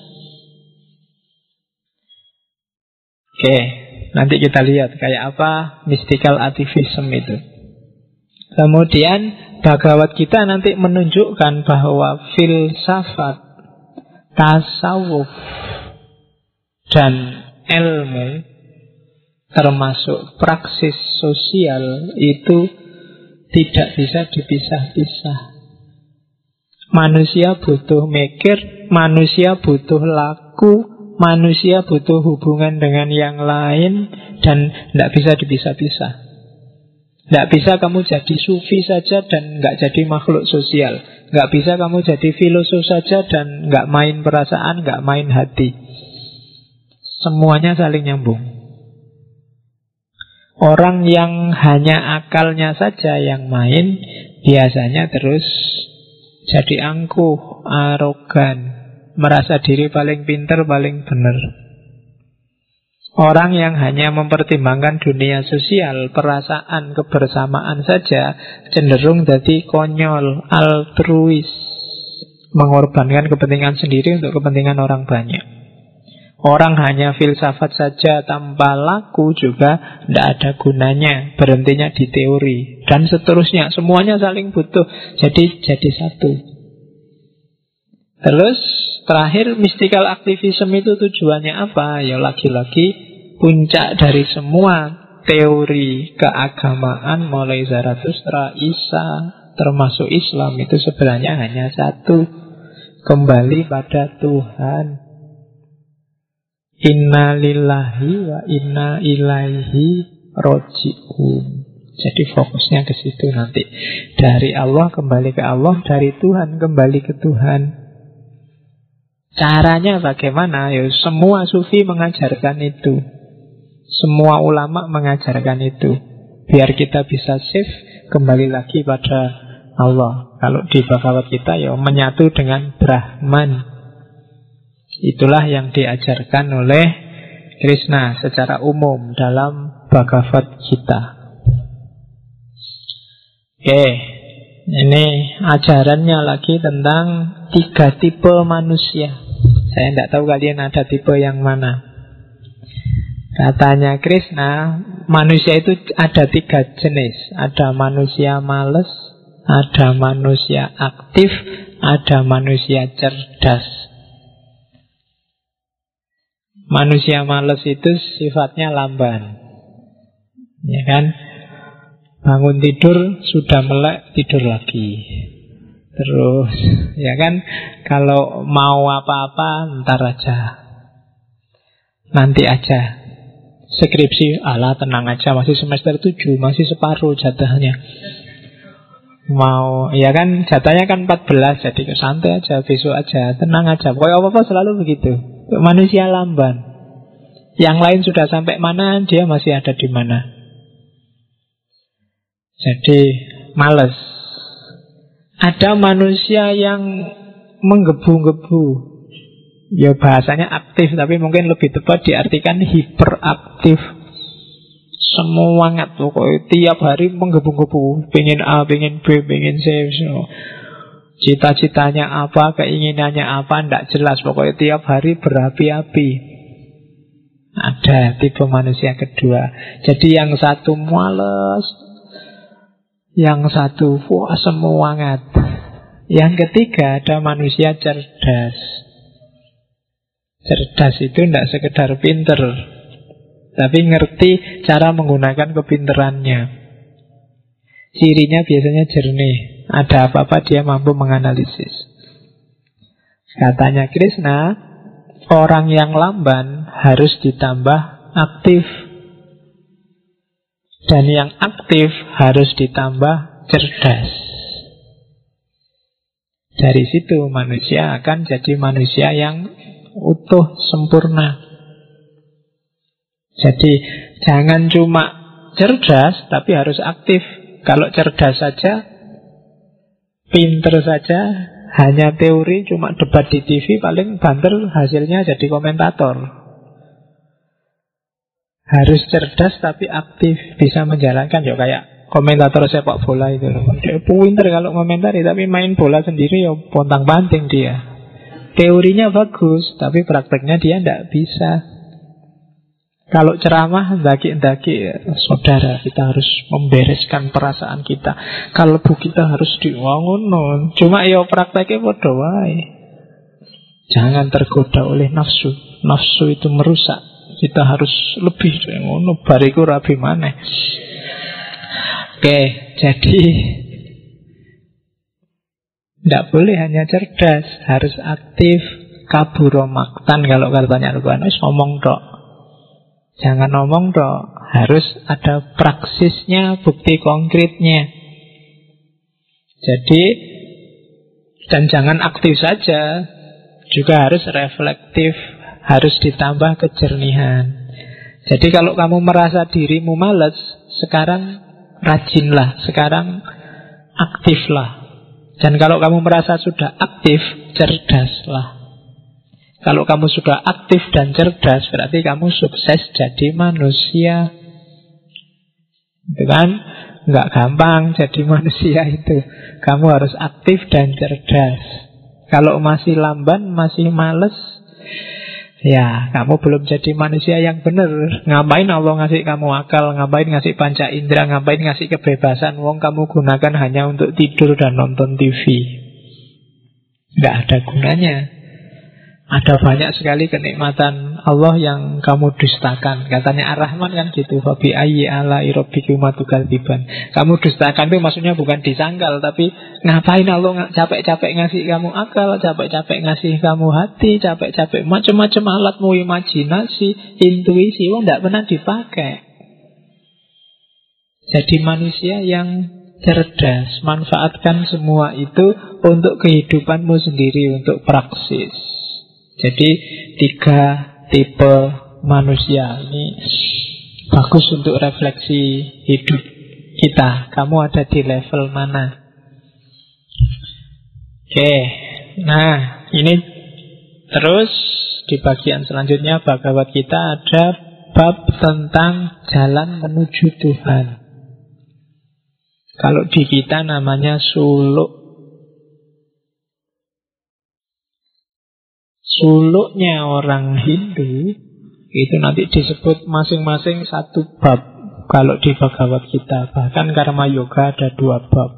Oke, nanti kita lihat kayak apa mystical activism itu. Kemudian Bhagavad Gita nanti menunjukkan bahwa filsafat, tasawuf, dan ilmu, termasuk praksis sosial, itu tidak bisa dipisah-pisah. Manusia butuh mikir, manusia butuh laku, manusia butuh hubungan dengan yang lain, dan tidak bisa dipisah-pisah. Tidak bisa kamu jadi sufi saja dan nggak jadi makhluk sosial. Nggak bisa kamu jadi filosof saja dan nggak main perasaan, nggak main hati. Semuanya saling nyambung. Orang yang hanya akalnya saja yang main, biasanya terus jadi angkuh, arogan, merasa diri paling pintar, paling benar. Orang yang hanya mempertimbangkan dunia sosial, perasaan, kebersamaan saja, cenderung jadi konyol, altruis, mengorbankan kepentingan sendiri untuk kepentingan orang banyak. Orang hanya filsafat saja tanpa laku juga tidak ada gunanya, berhentinya di teori, dan seterusnya. Semuanya saling butuh, jadi satu. Terus terakhir, mystical activism itu tujuannya apa? Ya lagi-lagi puncak dari semua teori keagamaan mulai Zarathustra, Isa, termasuk Islam, itu sebenarnya hanya satu: kembali pada Tuhan. Inna lillahi wa inna ilaihi roji'un. Jadi fokusnya ke situ nanti. Dari Allah kembali ke Allah, dari Tuhan kembali ke Tuhan. Caranya bagaimana? Ya, semua sufi mengajarkan itu. Semua ulama mengajarkan itu. Biar kita bisa safe, kembali lagi pada Allah. Kalau di Bhagavad Gita, ya menyatu dengan Brahman. Itulah yang diajarkan oleh Krishna secara umum dalam Bhagavad Gita. Oke, ini ajarannya lagi tentang 3 tipe manusia. Saya tidak tahu kalian ada tipe yang mana. Katanya Krishna, manusia itu ada 3 jenis. Ada manusia malas, ada manusia aktif, ada manusia cerdas. Manusia malas itu sifatnya lamban, ya kan? Bangun tidur, sudah melek, tidur lagi. Terus, ya kan? Kalau mau apa-apa, ntar aja, nanti aja. Skripsi, alah tenang aja, masih semester 7, masih separuh jatahnya. Mau, ya kan, jatahnya kan 14, jadi santai aja, besok aja, tenang aja. Pokoknya apa-apa selalu begitu. Manusia lamban. Yang lain sudah sampai mana, dia masih ada di mana. Jadi malas. Ada manusia yang menggebu-gebu. Ya bahasanya aktif, tapi mungkin lebih tepat diartikan hiperaktif. Semangat pokoknya, tiap hari menggebu-gebu. Pengen A, pengen B, pengen C. Cita-citanya apa, keinginannya apa, tidak jelas. Pokoknya tiap hari berapi-api. Ada tipe manusia kedua. Jadi yang satu malas, yang satu wah semangat. Yang ketiga ada manusia cerdas. Cerdas itu tidak sekedar pinter, tapi ngerti cara menggunakan kepinterannya. Cirinya biasanya jernih. Ada apa-apa dia mampu menganalisis. Katanya Krishna, orang yang lamban harus ditambah aktif, dan yang aktif harus ditambah cerdas. Dari situ manusia akan jadi manusia yang utuh, sempurna. Jadi jangan cuma cerdas, tapi harus aktif. Kalau cerdas saja, pinter saja, hanya teori, cuma debat di TV, paling banter hasilnya jadi komentator. Harus cerdas tapi aktif, bisa menjalankan. Ya kayak komentator sepak bola itu. Dia pinter kalau komentari, tapi main bola sendiri ya pontang-panting dia. Teorinya bagus, tapi prakteknya dia tidak bisa. Kalau ceramah, ndaki-ndaki, saudara, kita harus membereskan perasaan kita. Kalbu kita harus diwangun. Cuma ya prakteknya bodoh wae. Jangan tergoda oleh nafsu. Nafsu itu merusak. kita harus lebih ngono, bariku rabi maneh. Oke, jadi tidak boleh hanya cerdas, harus aktif. Kaburo maktan kalau katanya Al-Quran, ngomong tok. Jangan ngomong tok, harus ada praksisnya, bukti konkretnya. Jadi, dan jangan aktif saja, juga harus reflektif, harus ditambah kejernihan. Jadi kalau kamu merasa dirimu malas, sekarang rajinlah, sekarang aktiflah. Dan kalau kamu merasa sudah aktif, cerdaslah. Kalau kamu sudah aktif dan cerdas, berarti kamu sukses jadi manusia. Itu kan? Nggak gampang jadi manusia itu. Kamu harus aktif dan cerdas. Kalau masih lamban, masih males, ya kamu belum jadi manusia yang benar. Ngapain Allah ngasih kamu akal, ngapain ngasih panca indera, ngapain ngasih kebebasan, wong kamu gunakan hanya untuk tidur dan nonton TV. Nggak ada gunanya. Ada banyak sekali kenikmatan Allah yang kamu dustakan. Katanya Ar-Rahman kan gitu, Fabi ayyi ala'i rabbikuma tukadziban. Kamu dustakan itu maksudnya bukan disangkal, tapi ngapain Allah capek-capek ngasih kamu akal, capek-capek ngasih kamu hati, capek-capek macam-macam alatmu, imajinasi, intuisi, tidak pernah dipakai. Jadi manusia yang cerdas, manfaatkan semua itu untuk kehidupanmu sendiri, untuk praksis. Jadi 3 tipe manusia ini bagus untuk refleksi hidup kita. Kamu ada di level mana? Oke, nah ini terus di bagian selanjutnya Bhagavad Gita ada bab tentang jalan menuju Tuhan. Kalau di kita namanya suluk. Suluknya orang Hindu itu nanti disebut masing-masing 1 bab kalau di Bhagavad Gita. Bahkan Karma Yoga ada 2 bab.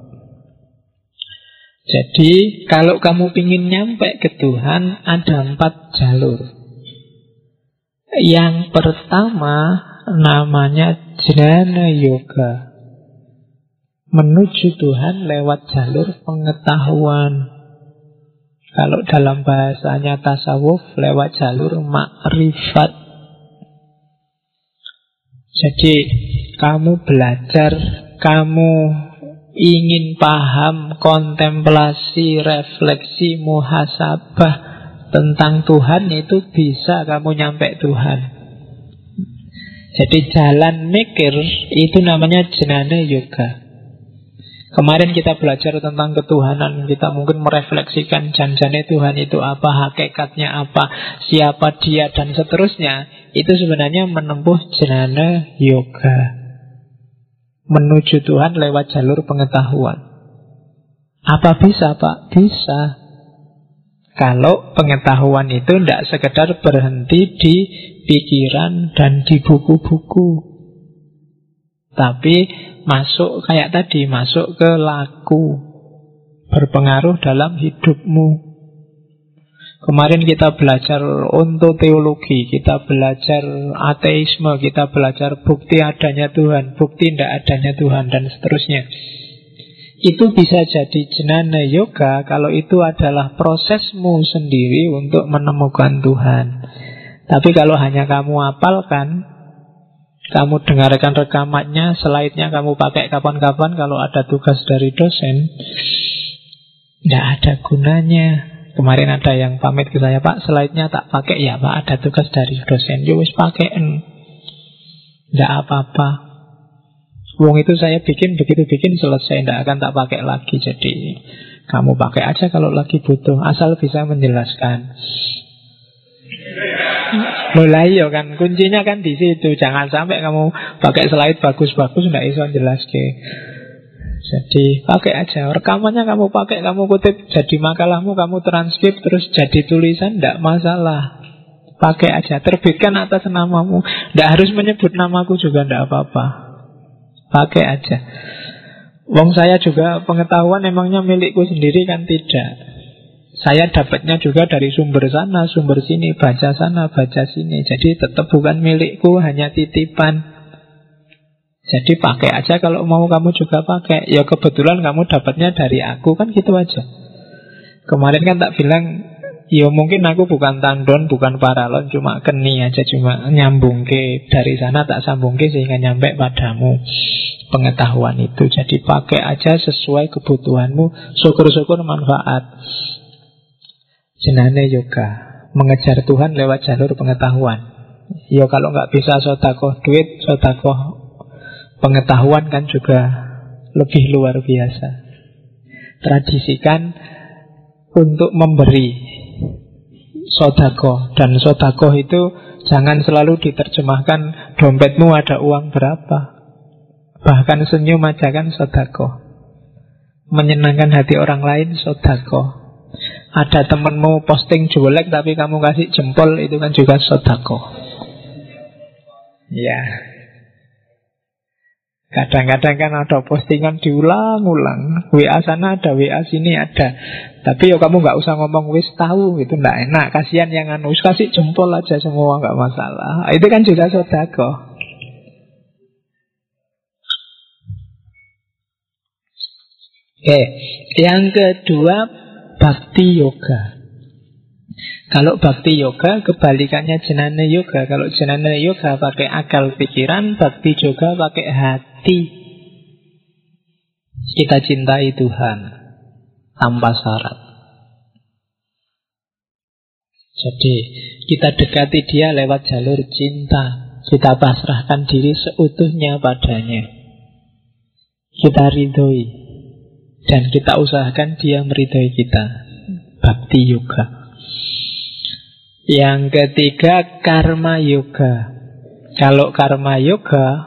Jadi kalau kamu ingin nyampe ke Tuhan, ada 4 jalur. Yang pertama namanya Jnana Yoga, menuju Tuhan lewat jalur pengetahuan. Kalau dalam bahasanya tasawuf, lewat jalur makrifat. Jadi kamu belajar, kamu ingin paham, kontemplasi, refleksi, muhasabah tentang Tuhan, itu bisa kamu nyampe Tuhan. Jadi jalan mikir itu namanya Jnana Yoga. Kemarin kita belajar tentang ketuhanan, kita mungkin merefleksikan janjane Tuhan itu apa, hakikatnya apa, siapa dia, dan seterusnya. Itu sebenarnya menempuh Jnana Yoga, menuju Tuhan lewat jalur pengetahuan. Apa bisa, Pak? Bisa. Kalau pengetahuan itu tidak sekedar berhenti di pikiran dan di buku-buku, tapi masuk kayak tadi, masuk ke laku, berpengaruh dalam hidupmu. Kemarin kita belajar ontoteologi, kita belajar ateisme, kita belajar bukti adanya Tuhan, bukti tidak adanya Tuhan, dan seterusnya. Itu bisa jadi Jnana Yoga kalau itu adalah prosesmu sendiri untuk menemukan Tuhan. Tapi kalau hanya kamu hafalkan, kamu dengarkan rekamannya, slide-nya kamu pakai kapan-kapan, kalau ada tugas dari dosen, tidak ada gunanya. Kemarin ada yang pamit ke saya, Pak, slide-nya tak pakai. Ya Pak, ada tugas dari dosen, ya wis pakein, tidak apa-apa. Wong itu saya bikin, begitu bikin selesai, tidak akan tak pakai lagi. Jadi kamu pakai aja kalau lagi butuh, asal bisa menjelaskan. Mulai ya kan, kuncinya kan di situ. Jangan sampai kamu pakai slide bagus-bagus nggak bisa jelaske. Jadi pakai aja, rekamannya kamu pakai, kamu kutip jadi makalahmu, kamu transkrip terus jadi tulisan, nggak masalah. Pakai aja, terbitkan atas namamu, nggak harus menyebut namaku juga, nggak apa-apa. Pakai aja. Wong saya juga pengetahuan emangnya milikku sendiri kan, tidak. Saya dapatnya juga dari sumber sana, sumber sini, baca sana, baca sini. Jadi tetap bukan milikku, hanya titipan. Jadi pakai aja kalau mau, kamu juga pakai. Ya kebetulan kamu dapatnya dari aku, kan gitu aja. Kemarin kan tak bilang, ya mungkin aku bukan tandon, bukan paralon, cuma keni aja, cuma nyambung ke dari sana tak sambung ke sehingga nyampe padamu pengetahuan itu. Jadi pakai aja sesuai kebutuhanmu, syukur-syukur manfaat. Jenane yoga, mengejar Tuhan lewat jalur pengetahuan. Ya kalau nggak bisa sodakoh duit, sodakoh pengetahuan kan juga lebih luar biasa. Tradisikan untuk memberi sodakoh. Dan sodakoh itu jangan selalu diterjemahkan dompetmu ada uang berapa. Bahkan senyum aja kan sodakoh. Menyenangkan hati orang lain sodakoh. Ada temenmu posting jelek tapi kamu kasih jempol, itu kan juga sodakoh. Ya. Kadang-kadang kan ada postingan diulang-ulang, WA sana ada, WA sini ada. Tapi ya kamu gak usah ngomong wis tahu, itu gak enak. Kasihan yang anu, kasih jempol aja semua, gak masalah. Itu kan juga sedekah. Oke, yang kedua bhakti yoga. Kalau bhakti yoga kebalikannya jnana yoga. Kalau jnana yoga pakai akal pikiran, bhakti yoga pakai hati. Kita cintai Tuhan tanpa syarat. Jadi kita dekati Dia lewat jalur cinta. Kita pasrahkan diri seutuhnya padanya. Kita ridhoi, dan kita usahakan Dia meridhoi kita. Bhakti yoga. Yang ketiga karma yoga. Kalau karma yoga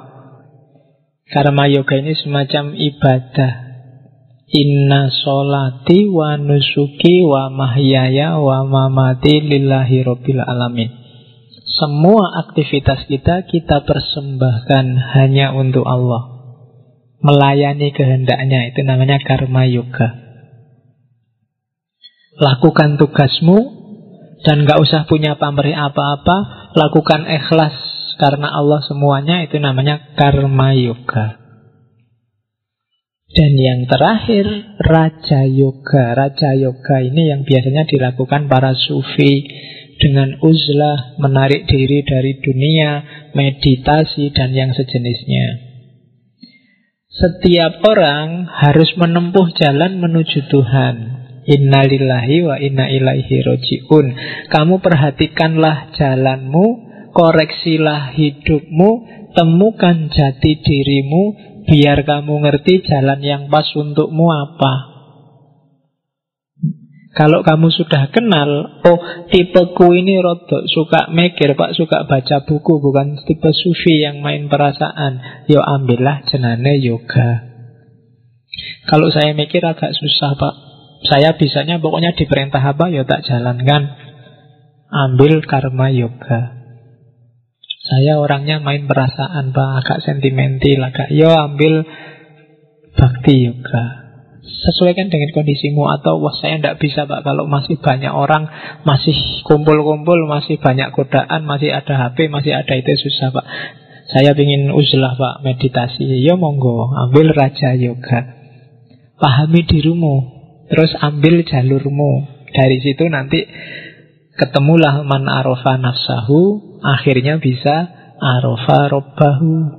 ini semacam ibadah. Inna sholati wa nusuki wa mahyaya wa mamati lillahi rabbil alamin. Semua aktivitas kita persembahkan hanya untuk Allah, melayani kehendaknya. Itu namanya karma yoga. Lakukan tugasmu dan gak usah punya pamrih apa-apa. Lakukan ikhlas karena Allah semuanya. Itu namanya karma yoga. Dan yang terakhir raja yoga. Raja yoga ini yang biasanya dilakukan para sufi dengan uzlah, menarik diri dari dunia, meditasi dan yang sejenisnya. Setiap orang harus menempuh jalan menuju Tuhan. Innalillahi wa inna ilaihi roji'un. Kamu perhatikanlah jalanmu, koreksilah hidupmu, temukan jati dirimu, biar kamu ngerti jalan yang pas untukmu apa. Kalau kamu sudah kenal, oh tipeku ini rodok suka mikir, Pak, suka baca buku, bukan tipe sufi yang main perasaan, yo ambillah jenane yoga. Kalau saya mikir agak susah, Pak, saya bisanya pokoknya diperintah apa ya tak jalankan. Ambil karma yoga. Saya orangnya main perasaan, Pak, agak sentimental, agak yo ambil bhakti yoga. Sesuaikan dengan kondisimu. Atau wah saya tidak bisa, Pak, kalau masih banyak orang, masih kumpul-kumpul, masih banyak godaan, masih ada HP, masih ada itu, susah, Pak. Saya ingin uzlah, Pak, meditasi. Ya monggo, ambil raja yoga. Pahami dirimu, terus ambil jalurmu. Dari situ nanti ketemulah man arofa nafsahu, akhirnya bisa arofa robbahu.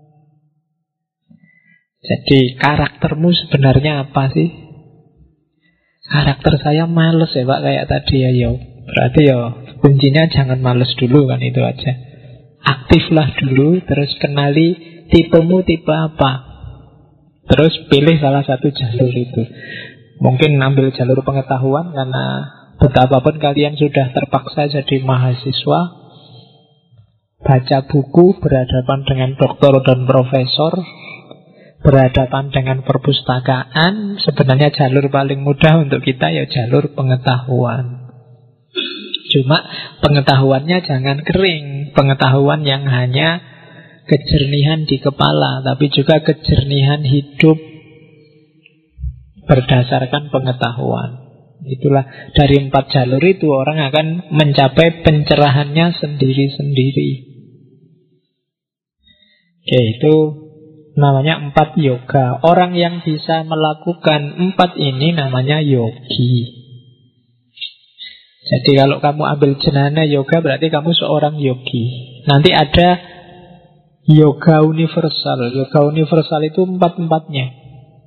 Jadi karaktermu sebenarnya apa sih? Karakter saya males ya, Pak, kayak tadi ya. Yo, berarti ya kuncinya jangan males dulu, kan itu aja. Aktiflah dulu, terus kenali tipemu tipe apa. Terus pilih salah satu jalur itu. Mungkin ambil jalur pengetahuan karena betapapun kalian sudah terpaksa jadi mahasiswa, baca buku, berhadapan dengan doktor dan profesor, berhadapan dengan perpustakaan. Sebenarnya jalur paling mudah untuk kita ya jalur pengetahuan. Cuma pengetahuannya jangan kering. Pengetahuan yang hanya kejernihan di kepala, tapi juga kejernihan hidup berdasarkan pengetahuan. Itulah, dari 4 jalur itu orang akan mencapai pencerahannya sendiri-sendiri. Oke, itu namanya 4 yoga. Orang yang bisa melakukan 4 ini namanya yogi. Jadi kalau kamu ambil jenana yoga berarti kamu seorang yogi. Nanti ada yoga universal. Yoga universal itu 4-4-nya.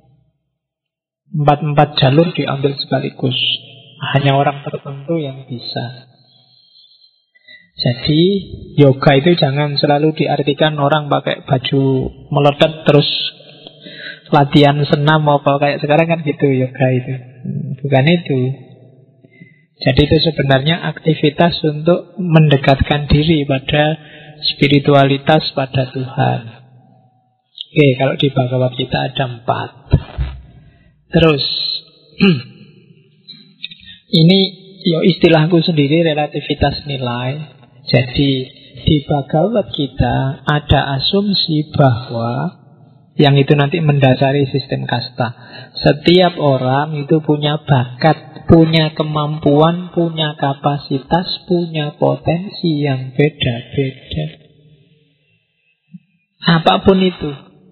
4 jalur diambil sekaligus. Hanya orang tertentu yang bisa. Jadi yoga itu jangan selalu diartikan orang pakai baju meletet terus latihan senam apa kayak sekarang kan gitu yoga itu. Bukan itu. Jadi itu sebenarnya aktivitas untuk mendekatkan diri pada spiritualitas, pada Tuhan. Oke, kalau di Bhagavad Gita ada 4. Terus ini istilahku sendiri, relativitas nilai. Jadi di Bhagavad Gita ada asumsi bahwa yang itu nanti mendasari sistem kasta. Setiap orang itu punya bakat, punya kemampuan, punya kapasitas, punya potensi yang beda-beda. Apapun itu.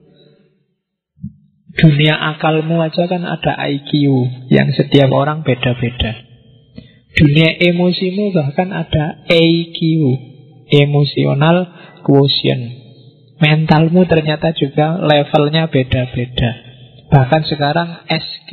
Dunia akalmu aja kan ada IQ yang setiap orang beda-beda. Dunia emosimu bahkan ada EQ, emotional quotient. Mentalmu ternyata juga levelnya beda-beda. Bahkan sekarang SQ,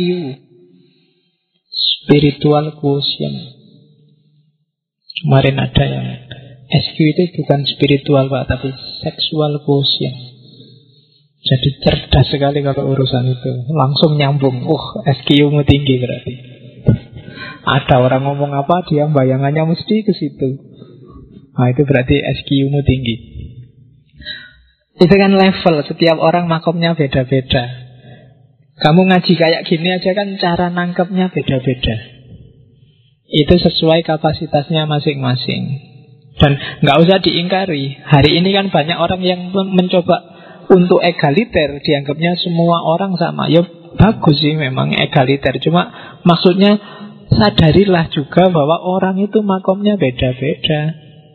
spiritual quotient. Kemarin ada yang SQ itu bukan spiritual Pak, tapi sexual quotient. Jadi cerdas sekali kalau urusan itu. Langsung nyambung. SQ-mu tinggi berarti. Ada orang ngomong apa, dia bayangannya mesti ke situ. Nah itu berarti SQ-mu tinggi. Itu kan level. Setiap orang makomnya beda-beda. Kamu ngaji kayak gini aja kan cara nangkepnya beda-beda. Itu sesuai kapasitasnya masing-masing. Dan gak usah diingkari. Hari ini kan banyak orang yang mencoba untuk egaliter, dianggapnya semua orang sama. Ya bagus sih memang egaliter. Cuma maksudnya sadarilah juga bahwa orang itu makomnya beda-beda.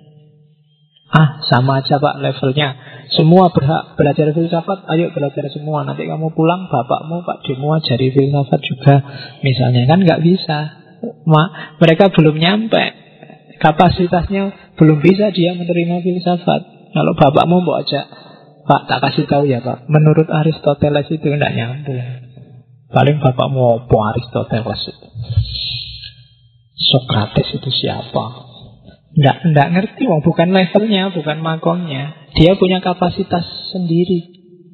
Sama aja Pak levelnya. Semua berhak belajar filsafat, ayo belajar semua. Nanti kamu pulang bapakmu Pak Demo ajari filsafat juga. Misalnya kan gak bisa. Mereka belum nyampe. Kapasitasnya belum bisa dia menerima filsafat. Kalau bapakmu mau ajak, Pak, tak kasih tahu ya Pak, menurut Aristoteles itu tidak nyambung. Paling bapak mau apa Aristoteles itu? Sokrates itu siapa? Tidak ngerti, bukan levelnya, bukan makomnya. Dia punya kapasitas sendiri.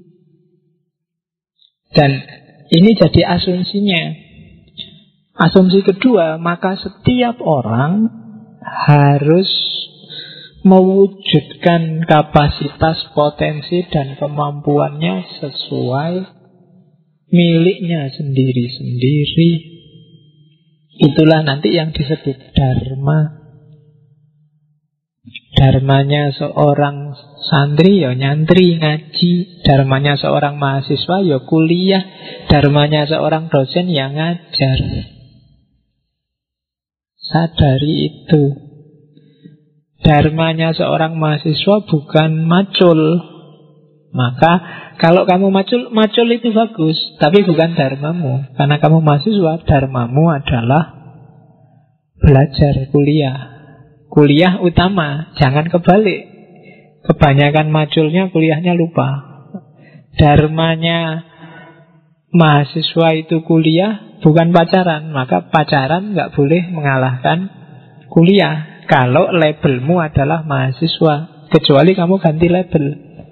Dan ini jadi asumsinya. Asumsi kedua, maka setiap orang harus mewujudkan kapasitas, potensi, dan kemampuannya sesuai miliknya sendiri-sendiri. Itulah nanti yang disebut dharma. Dharmanya seorang santri ya nyantri ngaji, dharmanya seorang mahasiswa ya kuliah, dharmanya seorang dosen ya ngajar. Sadari itu. Dharmanya seorang mahasiswa bukan macul. Maka kalau kamu macul itu bagus, tapi bukan dharmamu. Karena kamu mahasiswa, dharmamu adalah belajar, kuliah. Kuliah utama, jangan kebalik. Kebanyakan maculnya kuliahnya lupa. Dharmanya mahasiswa itu kuliah, bukan pacaran. Maka pacaran gak boleh mengalahkan kuliah kalau labelmu adalah mahasiswa. Kecuali kamu ganti label.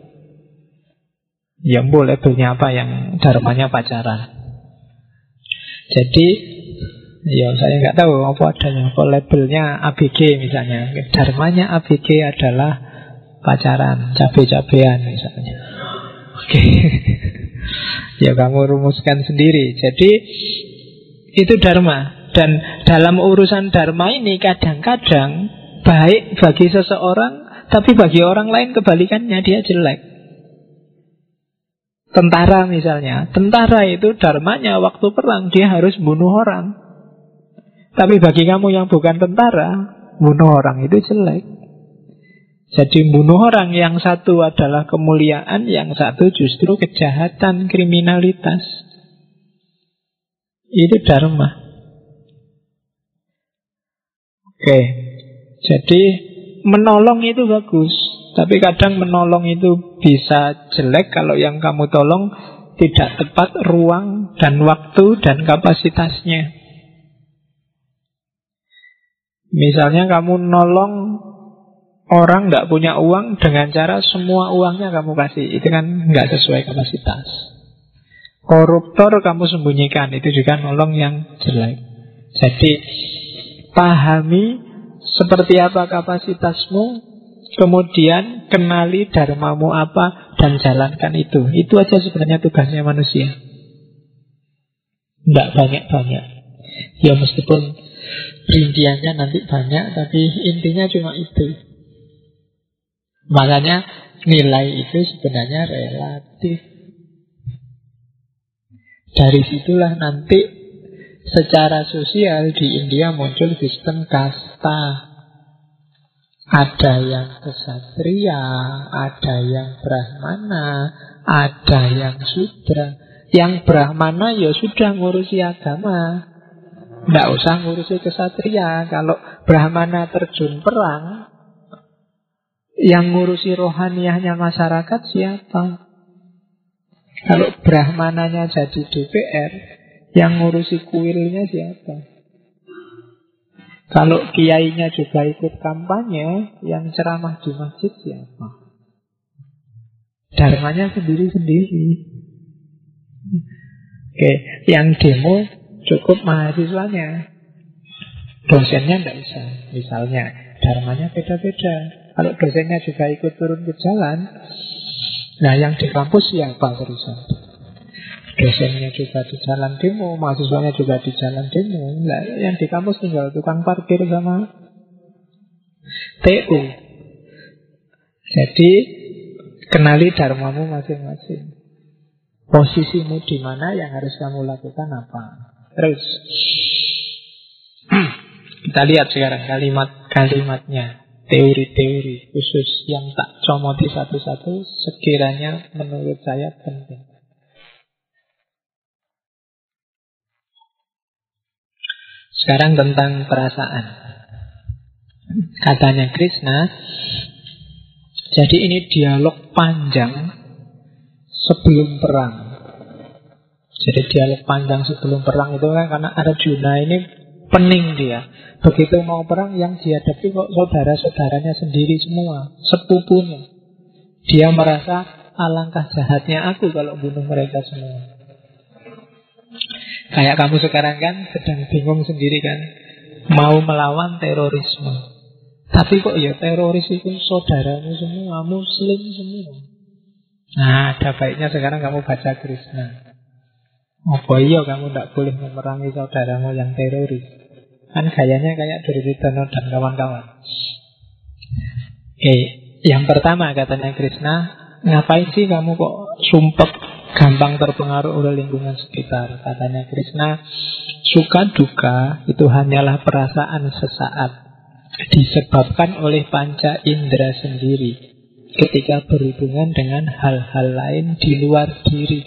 Ya boleh labelnya apa yang dharmanya pacaran. Jadi ya saya nggak tahu apa adanya. Kalau labelnya ABG misalnya, dharmanya ABG adalah pacaran, cabe-cabean misalnya. Oke. Ya kamu rumuskan sendiri. Jadi itu dharma. Dan dalam urusan dharma ini kadang-kadang baik bagi seseorang, tapi bagi orang lain kebalikannya, dia jelek. Tentara misalnya, tentara itu dharmanya waktu perang dia harus bunuh orang. Tapi bagi kamu yang bukan tentara, bunuh orang itu jelek. Jadi bunuh orang yang satu adalah kemuliaan, yang satu justru kejahatan, kriminalitas. Itu dharma. Oke. Jadi menolong itu bagus, tapi kadang menolong itu bisa jelek kalau yang kamu tolong tidak tepat ruang dan waktu dan kapasitasnya. Misalnya kamu nolong orang nggak punya uang dengan cara semua uangnya kamu kasih, itu kan nggak sesuai kapasitas. Koruptor kamu sembunyikan, itu juga nolong yang jelek. Jadi pahami seperti apa kapasitasmu, kemudian kenali dharmamu apa dan jalankan itu. Itu aja sebenarnya tugasnya manusia. Nggak banyak-banyak. Ya meskipun rinciannya nanti banyak, tapi intinya cuma itu. Makanya nilai itu sebenarnya relatif. Dari situlah nanti secara sosial di India muncul sistem kasta. Ada yang ksatria, ada yang brahmana, ada yang sudra. Yang brahmana ya sudah ngurusi agama, nggak usah ngurusi ksatria. Kalau brahmana terjun perang, yang ngurusi rohaniahnya masyarakat siapa? Kalau brahmananya jadi DPR, yang ngurusi kuilnya siapa? Kalau kiainya juga ikut kampanye, yang ceramah di masjid siapa? Dharmanya sendiri-sendiri. Oke, yang demo cukup mahasiswanya, dosennya tidak usah. Misalnya, dharmanya beda-beda. Kalau dosennya juga ikut turun ke jalan, nah yang di kampus siapa terusan? Dosennya juga di jalan demo, mahasiswanya juga di jalan demo. Nah, yang di kampus tinggal tukang parkir sama TU. Jadi kenali dharmamu masing-masing. Posisimu di mana, yang harus kamu lakukan apa. Terus kita lihat sekarang kalimat-kalimatnya. Teori-teori khusus yang tak comoti satu-satu, sekiranya menurut saya penting. Sekarang tentang perasaan. Katanya Krishna, jadi ini dialog panjang sebelum perang. Jadi dialog panjang sebelum perang itu kan karena Arjuna ini pening dia. Begitu mau perang, yang dihadapi kok saudara-saudaranya sendiri semua, sepupunya. Dia merasa alangkah jahatnya aku kalau bunuh mereka semua. Kayak kamu sekarang kan sedang bingung sendiri kan, mau melawan terorisme. Tapi kok ya teroris itu saudaramu semua, muslim semua. Nah, ada baiknya sekarang kamu baca Krishna. Oh iya, kamu tidak boleh memerangi saudaramu yang teroris. Kan gayanya kayak Duryodhana dan kawan-kawan. Yang pertama katanya Krishna, ngapain sih kamu kok sumpek, gampang terpengaruh oleh lingkungan sekitar? Katanya Krishna, suka duka itu hanyalah perasaan sesaat, disebabkan oleh panca indera sendiri ketika berhubungan dengan hal-hal lain di luar diri.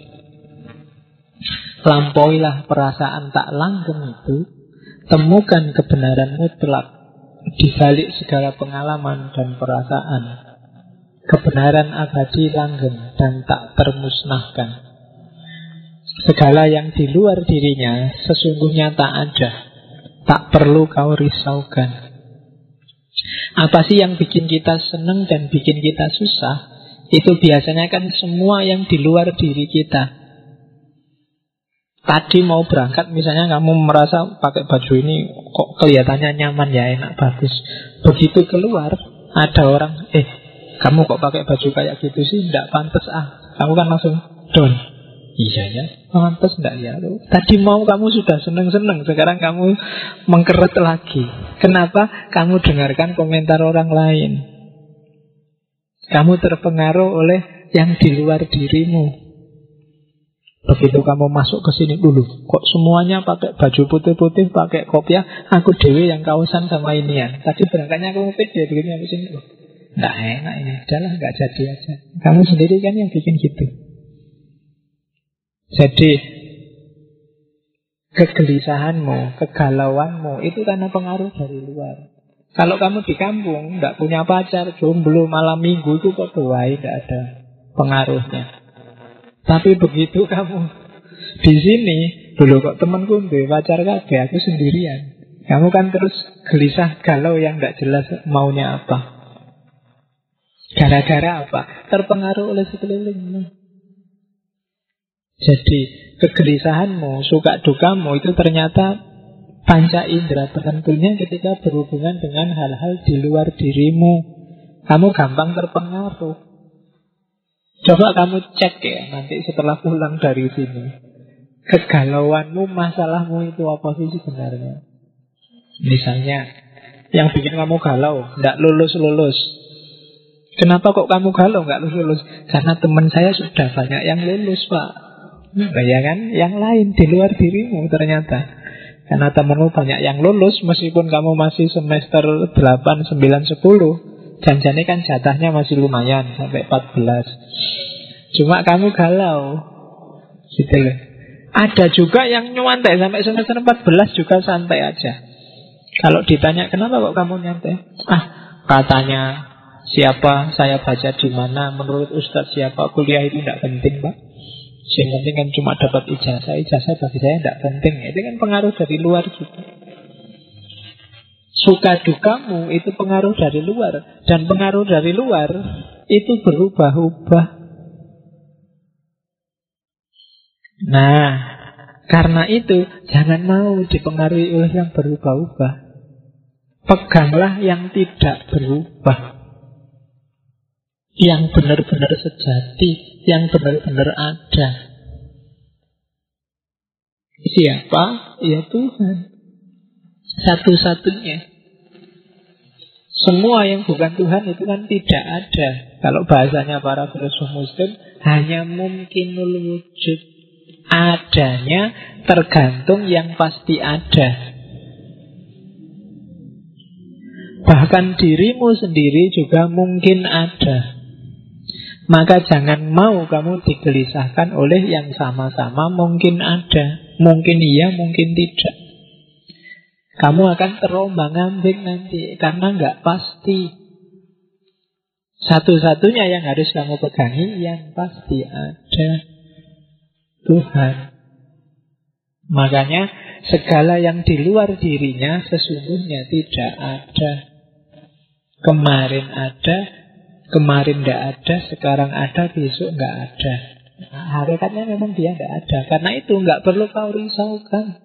Lampauilah perasaan tak langgeng itu, temukan kebenaran mutlak di balik segala pengalaman dan perasaan. Kebenaran abadi langgeng dan tak termusnahkan. Segala yang di luar dirinya sesungguhnya tak ada, tak perlu kau risaukan. Apa sih yang bikin kita senang dan bikin kita susah? Itu biasanya kan semua yang di luar diri kita. Tadi mau berangkat misalnya kamu merasa pakai baju ini kok kelihatannya nyaman ya, enak, bagus. Begitu keluar ada orang, kamu kok pakai baju kayak gitu sih, tidak pantas ah. Kamu kan langsung down. Iya ya, pantas enggak ya? Tadi mau kamu sudah seneng-seneng, sekarang kamu mengkeret lagi. Kenapa? Kamu dengarkan komentar orang lain. Kamu terpengaruh oleh yang di luar dirimu. Begitu kamu masuk ke sini dulu, kok semuanya pakai baju putih-putih, pakai kopiah, aku dewe yang kaosan sama inian. Tadi berangkatnya aku ngepit dia begini habis ini. Nggak enak ini, udahlah nggak jadi aja. Kamu sendiri kan yang bikin gitu. Jadi kegelisahanmu, kegalauanmu itu karena pengaruh dari luar. Kalau kamu di kampung, nggak punya pacar, jomblo, malam minggu itu kok doai, nggak ada pengaruhnya. Tapi begitu kamu di sini, dulu kok temanku duwe pacar kabeh, aku sendirian. Kamu kan terus gelisah galau yang tidak jelas maunya apa. Gara-gara apa? Terpengaruh oleh sekelilingmu. Jadi kegelisahanmu, suka dukamu itu ternyata panca indera tertentunya ketika berhubungan dengan hal-hal di luar dirimu. Kamu gampang terpengaruh. Coba kamu cek ya nanti setelah pulang dari sini, kegalauanmu, masalahmu itu apa sih sebenarnya? Misalnya yang bikin kamu galau, nggak lulus-lulus. Kenapa kok kamu galau nggak lulus-lulus? Karena teman saya sudah banyak yang lulus, Pak. Nah, ya kan? Yang lain di luar dirimu ternyata. Karena temanmu banyak yang lulus, meskipun kamu masih semester 8, 9, 10, janjane kan jatahnya masih lumayan sampai 14. Cuma kamu galau gitu loh. Ada juga yang nyuantai sampai semester 14 juga santai aja. Kalau ditanya kenapa kok kamu nyantai? Katanya siapa, saya baca di mana, menurut Ustadz siapa, kuliah itu tidak penting, Pak. Yang penting kan cuma dapat ijazah. Ijazah bagi saya tidak penting. Itu kan pengaruh dari luar juga. Suka dukamu itu pengaruh dari luar. Dan pengaruh dari luar itu berubah-ubah. Nah, karena itu jangan mau dipengaruhi oleh yang berubah-ubah. Peganglah yang tidak berubah, yang benar-benar sejati, yang benar-benar ada. Siapa? Ya Tuhan. Satu-satunya. Semua yang bukan Tuhan itu kan tidak ada. Kalau bahasanya para filsuf Muslim, hanya mungkinul wujud. Adanya tergantung yang pasti ada. Bahkan dirimu sendiri juga mungkin ada. Maka jangan mau kamu digelisahkan oleh yang sama-sama mungkin ada. Mungkin iya, mungkin tidak. Kamu akan terombang-ambing nanti karena nggak pasti. Satu-satunya yang harus kamu pegangi yang pasti ada, Tuhan. Makanya segala yang di luar dirinya sesungguhnya tidak ada. Kemarin ada, kemarin tidak ada, sekarang ada, besok nggak ada. Nah, hakikatnya memang dia nggak ada. Karena itu nggak perlu kau risaukan.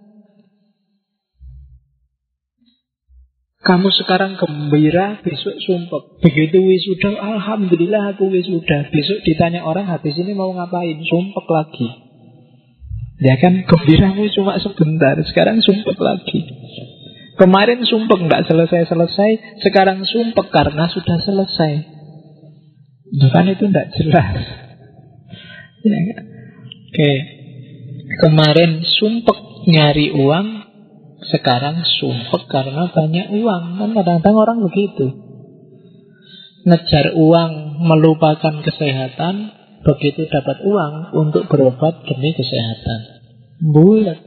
Kamu sekarang gembira, besok sumpek. Begitu wisuda, alhamdulillah aku wisuda. Besok ditanya orang habis ini mau ngapain, sumpek lagi. Ya kan, gembiramu cuma sebentar, sekarang sumpek lagi. Kemarin sumpek nggak selesai-selesai, sekarang sumpek karena sudah selesai. Bukan itu nggak jelas. Ya, oke. Kemarin sumpek nyari uang, sekarang sumpek karena banyak uang. Kan kadang-kadang orang begitu. Ngejar uang melupakan kesehatan, begitu dapat uang untuk berobat demi kesehatan. Bulat.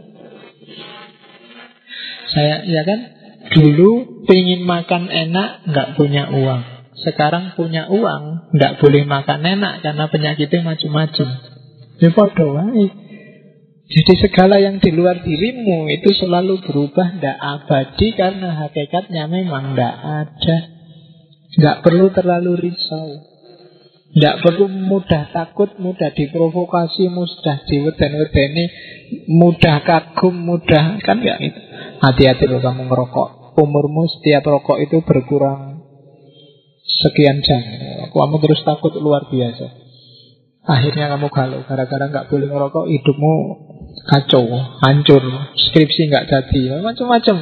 Saya, ya kan, dulu pengen makan enak, nggak punya uang. Sekarang punya uang, nggak boleh makan enak karena penyakitnya macam-macam. Ya podo wae. Jadi segala yang di luar dirimu itu selalu berubah, tidak abadi karena hakikatnya memang tidak ada. Tidak perlu terlalu risau. Tidak perlu mudah takut, mudah diprovokasi, mudah diweden-wedeni, mudah kagum, mudah, kan ya itu. Hati-hati loh kamu ngerokok. Umurmu setiap rokok itu berkurang sekian jam. Kamu terus takut luar biasa. Akhirnya kamu galau gara-gara nggak boleh ngerokok, hidupmu kacau, hancur, skripsi nggak jadi, macam-macam.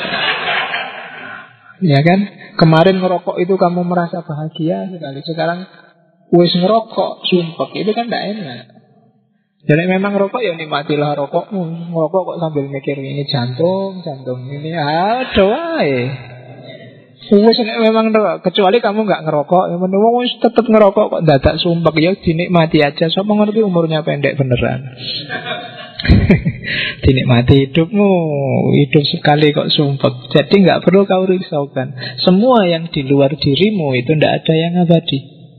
Ya kan? Kemarin ngerokok itu kamu merasa bahagia sekali. Sekarang wis ngerokok, sumpek, itu kan tidak enak. Jadi memang rokok ya nikmatilah rokokmu. Rokok kok sambil mikir ini jantung ini aduh wae. Wes nek memang kecuali kamu nggak ngerokok, yang menurut wis tetep ngerokok kok dadak sumpek ya dinikmati aja. Sapa ngerti umurnya pendek beneran. Dinikmati hidupmu, hidup sekali kok sumpek. Jadi nggak perlu kau risaukan. Semua yang di luar dirimu itu tidak ada yang abadi.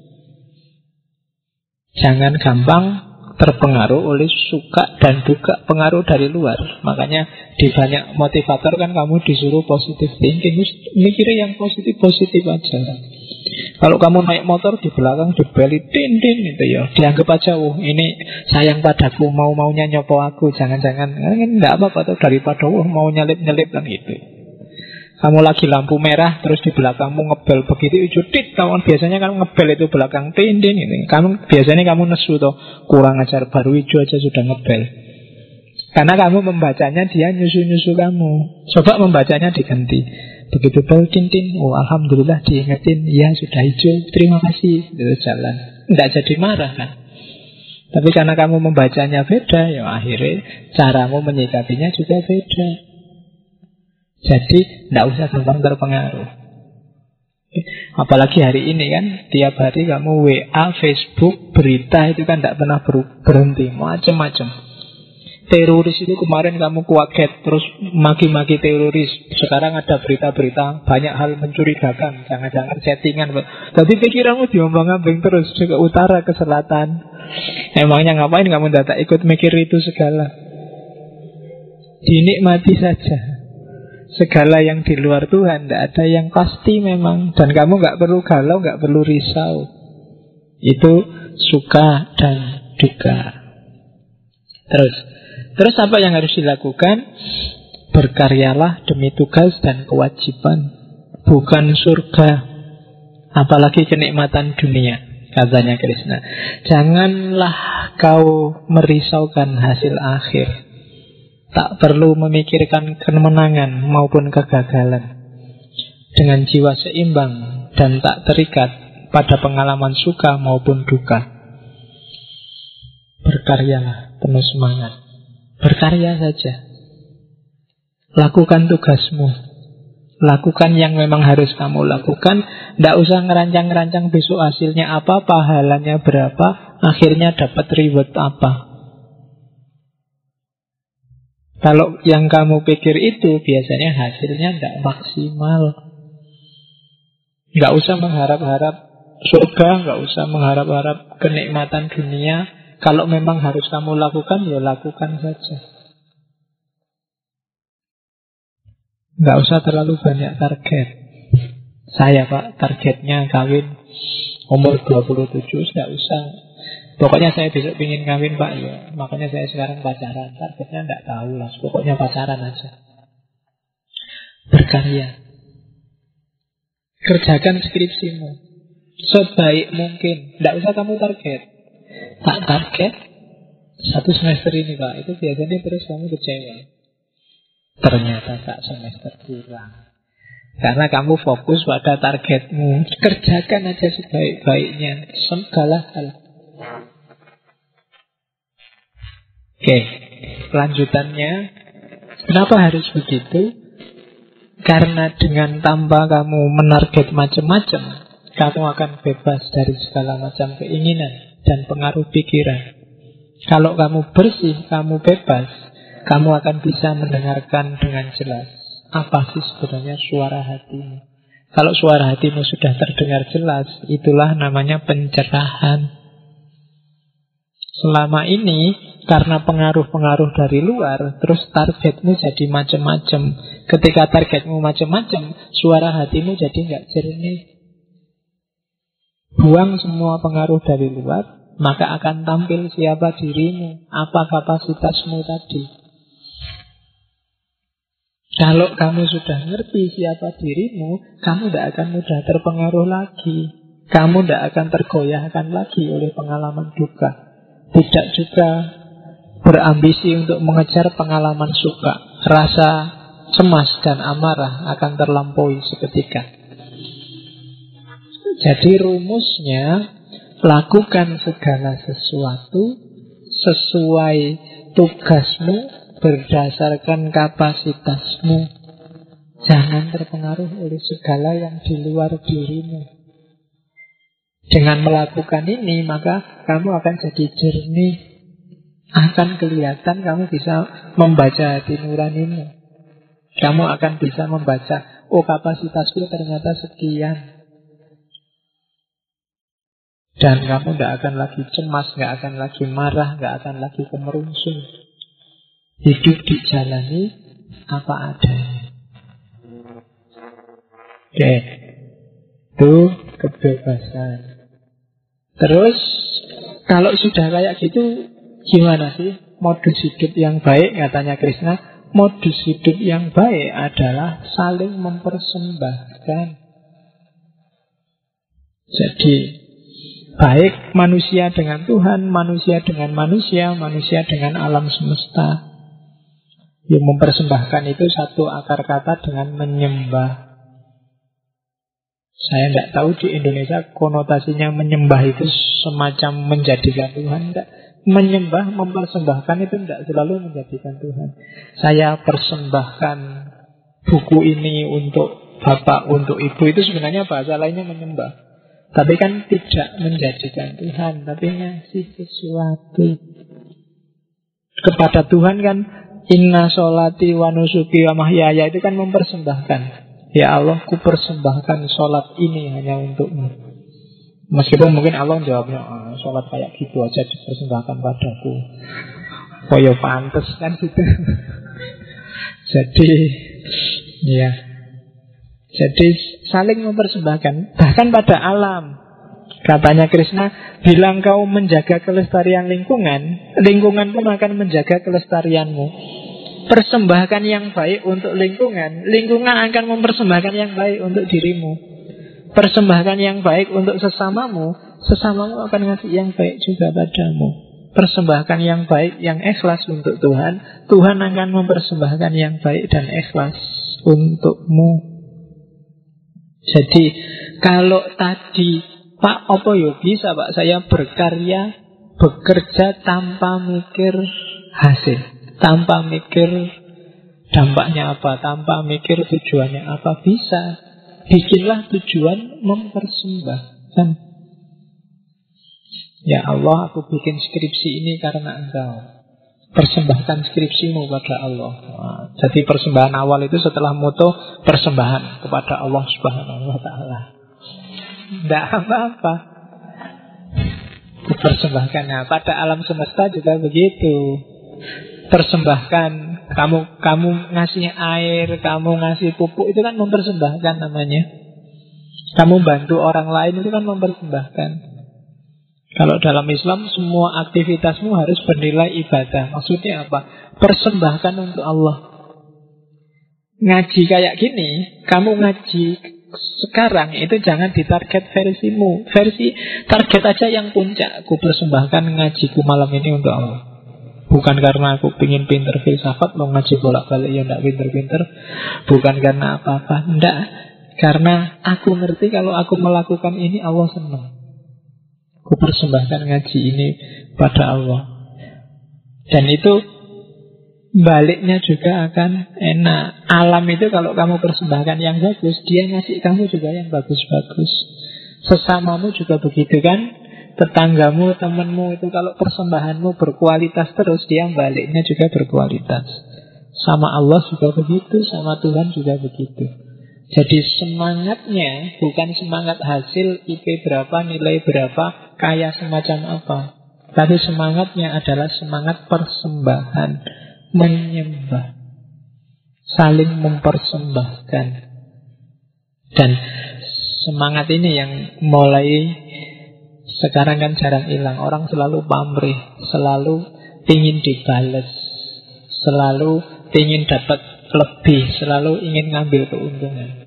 Jangan gampang terpengaruh oleh suka dan duka, pengaruh dari luar. Makanya di banyak motivator kan kamu disuruh positive thinking, mikirnya yang positif-positif aja. Kalau kamu naik motor di belakang dibeli tin gitu ya, dianggap aja, ini sayang padaku, mau-maunya nyopo aku, jangan-jangan enggak apa-apa tuh, daripada mau nyelip-nyelip kan gitu. Kamu lagi lampu merah terus di belakangmu ngebel begitu judit, kawan biasanya kan ngebel itu belakang tin ini. Biasanya kamu nesu tuh, kurang ajar, baru hijau aja sudah ngebel. Karena kamu membacanya dia nyusu-nyusu kamu. Coba membacanya diganti. Begitu bel tin, oh alhamdulillah diingetin, ya sudah hijau, terima kasih, terus jalan. Tidak jadi marah kan. Tapi karena kamu membacanya beda, ya akhirnya caramu menyikapinya juga beda. Jadi tidak usah gampang terpengaruh. Apalagi hari ini kan, tiap hari kamu WA, Facebook, berita itu kan tidak pernah berhenti, macam-macam. Teroris itu kemarin kamu kuaget, terus maki-maki teroris. Sekarang ada berita-berita, banyak hal mencurigakan, jangan-jangan settingan. Tapi pikiranmu diombang-ambing terus, ke utara, ke selatan. Emangnya ngapain kamu tidak ikut mikir itu segala? Dinikmati saja. Segala yang di luar Tuhan, tidak ada yang pasti memang. Dan kamu nggak perlu galau, nggak perlu risau. Itu suka dan duka. Terus apa yang harus dilakukan? Berkaryalah demi tugas dan kewajiban, bukan surga, apalagi kenikmatan dunia, katanya Krishna. Janganlah kau merisaukan hasil akhir. Tak perlu memikirkan kemenangan maupun kegagalan. Dengan jiwa seimbang dan tak terikat pada pengalaman suka maupun duka. Berkaryalah, penuh semangat. Berkarya saja. Lakukan tugasmu. Lakukan yang memang harus kamu lakukan. Tidak usah ngerancang-ngerancang besok hasilnya apa, pahalanya berapa, akhirnya dapat reward apa. Kalau yang kamu pikir itu, biasanya hasilnya tidak maksimal. Nggak usah mengharap-harap surga, nggak usah mengharap-harap kenikmatan dunia. Kalau memang harus kamu lakukan, ya lakukan saja. Nggak usah terlalu banyak target. Saya Pak, targetnya kawin umur 27, nggak usah. Pokoknya saya besok ingin kawin Pak, ya. Makanya saya sekarang pacaran. Targetnya nggak tahu lah, pokoknya pacaran aja. Berkarya. Kerjakan skripsimu sebaik mungkin. Nggak usah kamu target. Tak target 1 semester ini Pak, itu biasanya terus kamu kecewa. Ternyata tak semester kurang. Karena kamu fokus pada targetmu. Kerjakan aja sebaik-baiknya segala hal. Oke, lanjutannya, kenapa harus begitu? Karena dengan tanpa kamu menarget macam-macam, kamu akan bebas dari segala macam keinginan dan pengaruh pikiran. Kalau kamu bersih, kamu bebas, kamu akan bisa mendengarkan dengan jelas apa sih sebenarnya suara hatimu. Kalau suara hatimu sudah terdengar jelas, itulah namanya pencerahan. Selama ini, karena pengaruh-pengaruh dari luar, terus targetmu jadi macam-macam. Ketika targetmu macam-macam, suara hatimu jadi nggak jernih. Buang semua pengaruh dari luar, maka akan tampil siapa dirimu, apa kapasitasmu tadi. Kalau kamu sudah ngerti siapa dirimu, kamu tidak akan mudah terpengaruh lagi. Kamu tidak akan tergoyahkan lagi oleh pengalaman duka. Tidak juga berambisi untuk mengejar pengalaman suka. Rasa cemas dan amarah akan terlampaui seketika. Jadi rumusnya, lakukan segala sesuatu sesuai tugasmu, berdasarkan kapasitasmu. Jangan terpengaruh oleh segala yang di luar dirimu. Dengan melakukan ini, maka kamu akan jadi jernih. Akan kelihatan kamu bisa membaca hati nuranimu. Kamu akan bisa membaca, oh kapasitasku ternyata sekian. Dan kamu tidak akan lagi cemas, tidak akan lagi marah, tidak akan lagi kemerungsung. Hidup dijalani apa adanya. Oke, itu kebebasan. Terus kalau sudah kayak gitu, gimana sih modus hidup yang baik? Katanya Krishna, modus hidup yang baik adalah saling mempersembahkan. Jadi baik manusia dengan Tuhan, manusia dengan manusia, manusia dengan alam semesta. Yang mempersembahkan itu satu akar kata dengan menyembah. Saya tidak tahu di Indonesia konotasinya menyembah itu semacam menjadikan Tuhan. Tidak. Menyembah, mempersembahkan itu tidak selalu menjadikan Tuhan. Saya persembahkan buku ini untuk bapak, untuk ibu. Itu sebenarnya bahasa lainnya menyembah. Tapi kan tidak menjadikan Tuhan, tapi ngasih sesuatu. Kepada Tuhan kan, inna sholati wa nusuki wa mahyaya, itu kan mempersembahkan. Ya Allah, ku persembahkan sholat ini hanya untukmu. Meskipun mungkin Allah jawabnya, sholat kayak gitu aja dipersembahkan padaku. Oh ya pantes kan gitu. Jadi saling mempersembahkan. Bahkan pada alam. Katanya Krishna, bila engkau menjaga kelestarian lingkungan, lingkungan pun akan menjaga kelestarianmu. Persembahkan yang baik untuk lingkungan, lingkungan akan mempersembahkan yang baik untuk dirimu. Persembahkan yang baik untuk sesamamu, sesamamu akan ngasih yang baik juga padamu. Persembahkan yang baik, yang ikhlas untuk Tuhan, Tuhan akan mempersembahkan yang baik dan ikhlas untukmu. Jadi kalau tadi Pak, apa ya bisa Pak saya berkarya, bekerja tanpa mikir hasil, tanpa mikir dampaknya apa, tanpa mikir tujuannya apa, bisa. Bikinlah tujuan mempersembahkan. Ya Allah, aku bikin skripsi ini karena Engkau. Persembahkan skripsimu pada Allah. Jadi persembahan awal itu setelah moto persembahan kepada Allah Subhanahu wa Ta'ala. Tidak apa-apa. Persembahkan. Nah, pada alam semesta juga begitu. Persembahkan. Kamu ngasih air, kamu ngasih pupuk, itu kan mempersembahkan namanya. Kamu bantu orang lain, itu kan mempersembahkan. Kalau dalam Islam semua aktivitasmu harus bernilai ibadah. Maksudnya apa? Persembahkan untuk Allah. Ngaji kayak gini, kamu ngaji sekarang itu jangan ditarget versimu. Versi target aja yang puncak. Aku persembahkan ngajiku malam ini untuk Allah. Bukan karena aku pingin pinter filsafat, mau ngaji bolak-balik ya enggak pinter-pinter. Bukan karena apa-apa, enggak. Karena aku ngerti kalau aku melakukan ini Allah senang. Aku persembahkan ngaji ini pada Allah. Dan itu baliknya juga akan enak. Alam itu kalau kamu persembahkan yang bagus, dia ngasih kamu juga yang bagus-bagus. Sesamamu juga begitu kan. Tetanggamu, temanmu itu kalau persembahanmu berkualitas terus, dia baliknya juga berkualitas. Sama Allah juga begitu, sama Tuhan juga begitu. Jadi semangatnya bukan semangat hasil, IP berapa, nilai berapa, kaya semacam apa. Tapi semangatnya adalah semangat persembahan, menyembah, saling mempersembahkan. Dan semangat ini yang mulai sekarang kan jarang hilang. Orang selalu pamrih, selalu ingin dibales, selalu ingin dapat lebih, selalu ingin ngambil keuntungan.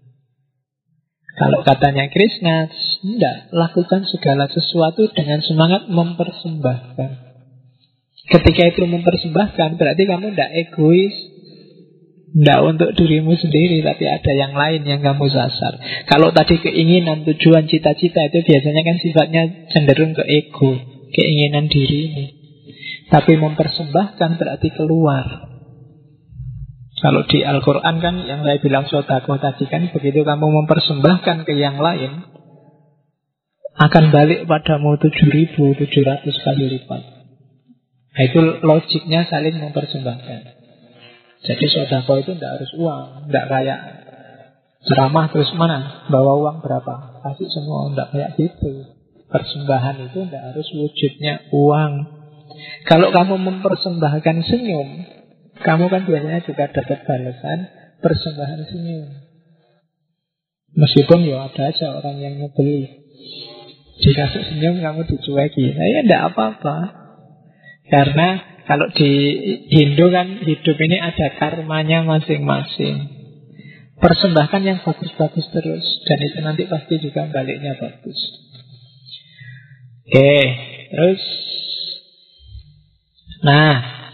Kalau katanya Krishna, tidak, lakukan segala sesuatu dengan semangat mempersembahkan. Ketika itu mempersembahkan, berarti kamu tidak egois, tidak untuk dirimu sendiri, tapi ada yang lain yang kamu sasar. Kalau tadi keinginan, tujuan, cita-cita itu biasanya kan sifatnya cenderung ke ego, keinginan diri ini. Tapi mempersembahkan berarti keluar. Kalau di Al-Quran kan yang saya bilang sodako tadi kan, begitu kamu mempersembahkan ke yang lain, akan balik padamu 7.700 kali lipat. Nah, itu logiknya saling mempersembahkan. Jadi sodako itu tidak harus uang, tidak kayak ceramah terus mana bawa uang berapa, kasih semua, tidak kayak gitu. Persembahan itu tidak harus wujudnya uang. Kalau kamu mempersembahkan senyum, kamu kan biasanya juga dapat balasan persembahan senyum. Meskipun ya ada aja orang yang ngebeli, dikasih senyum kamu dicueki. Nah ya tidak apa-apa. Karena kalau di Hindu kan hidup ini ada karmanya masing-masing. Persembahkan yang bagus-bagus terus, dan itu nanti pasti juga baliknya bagus. Oke, terus nah,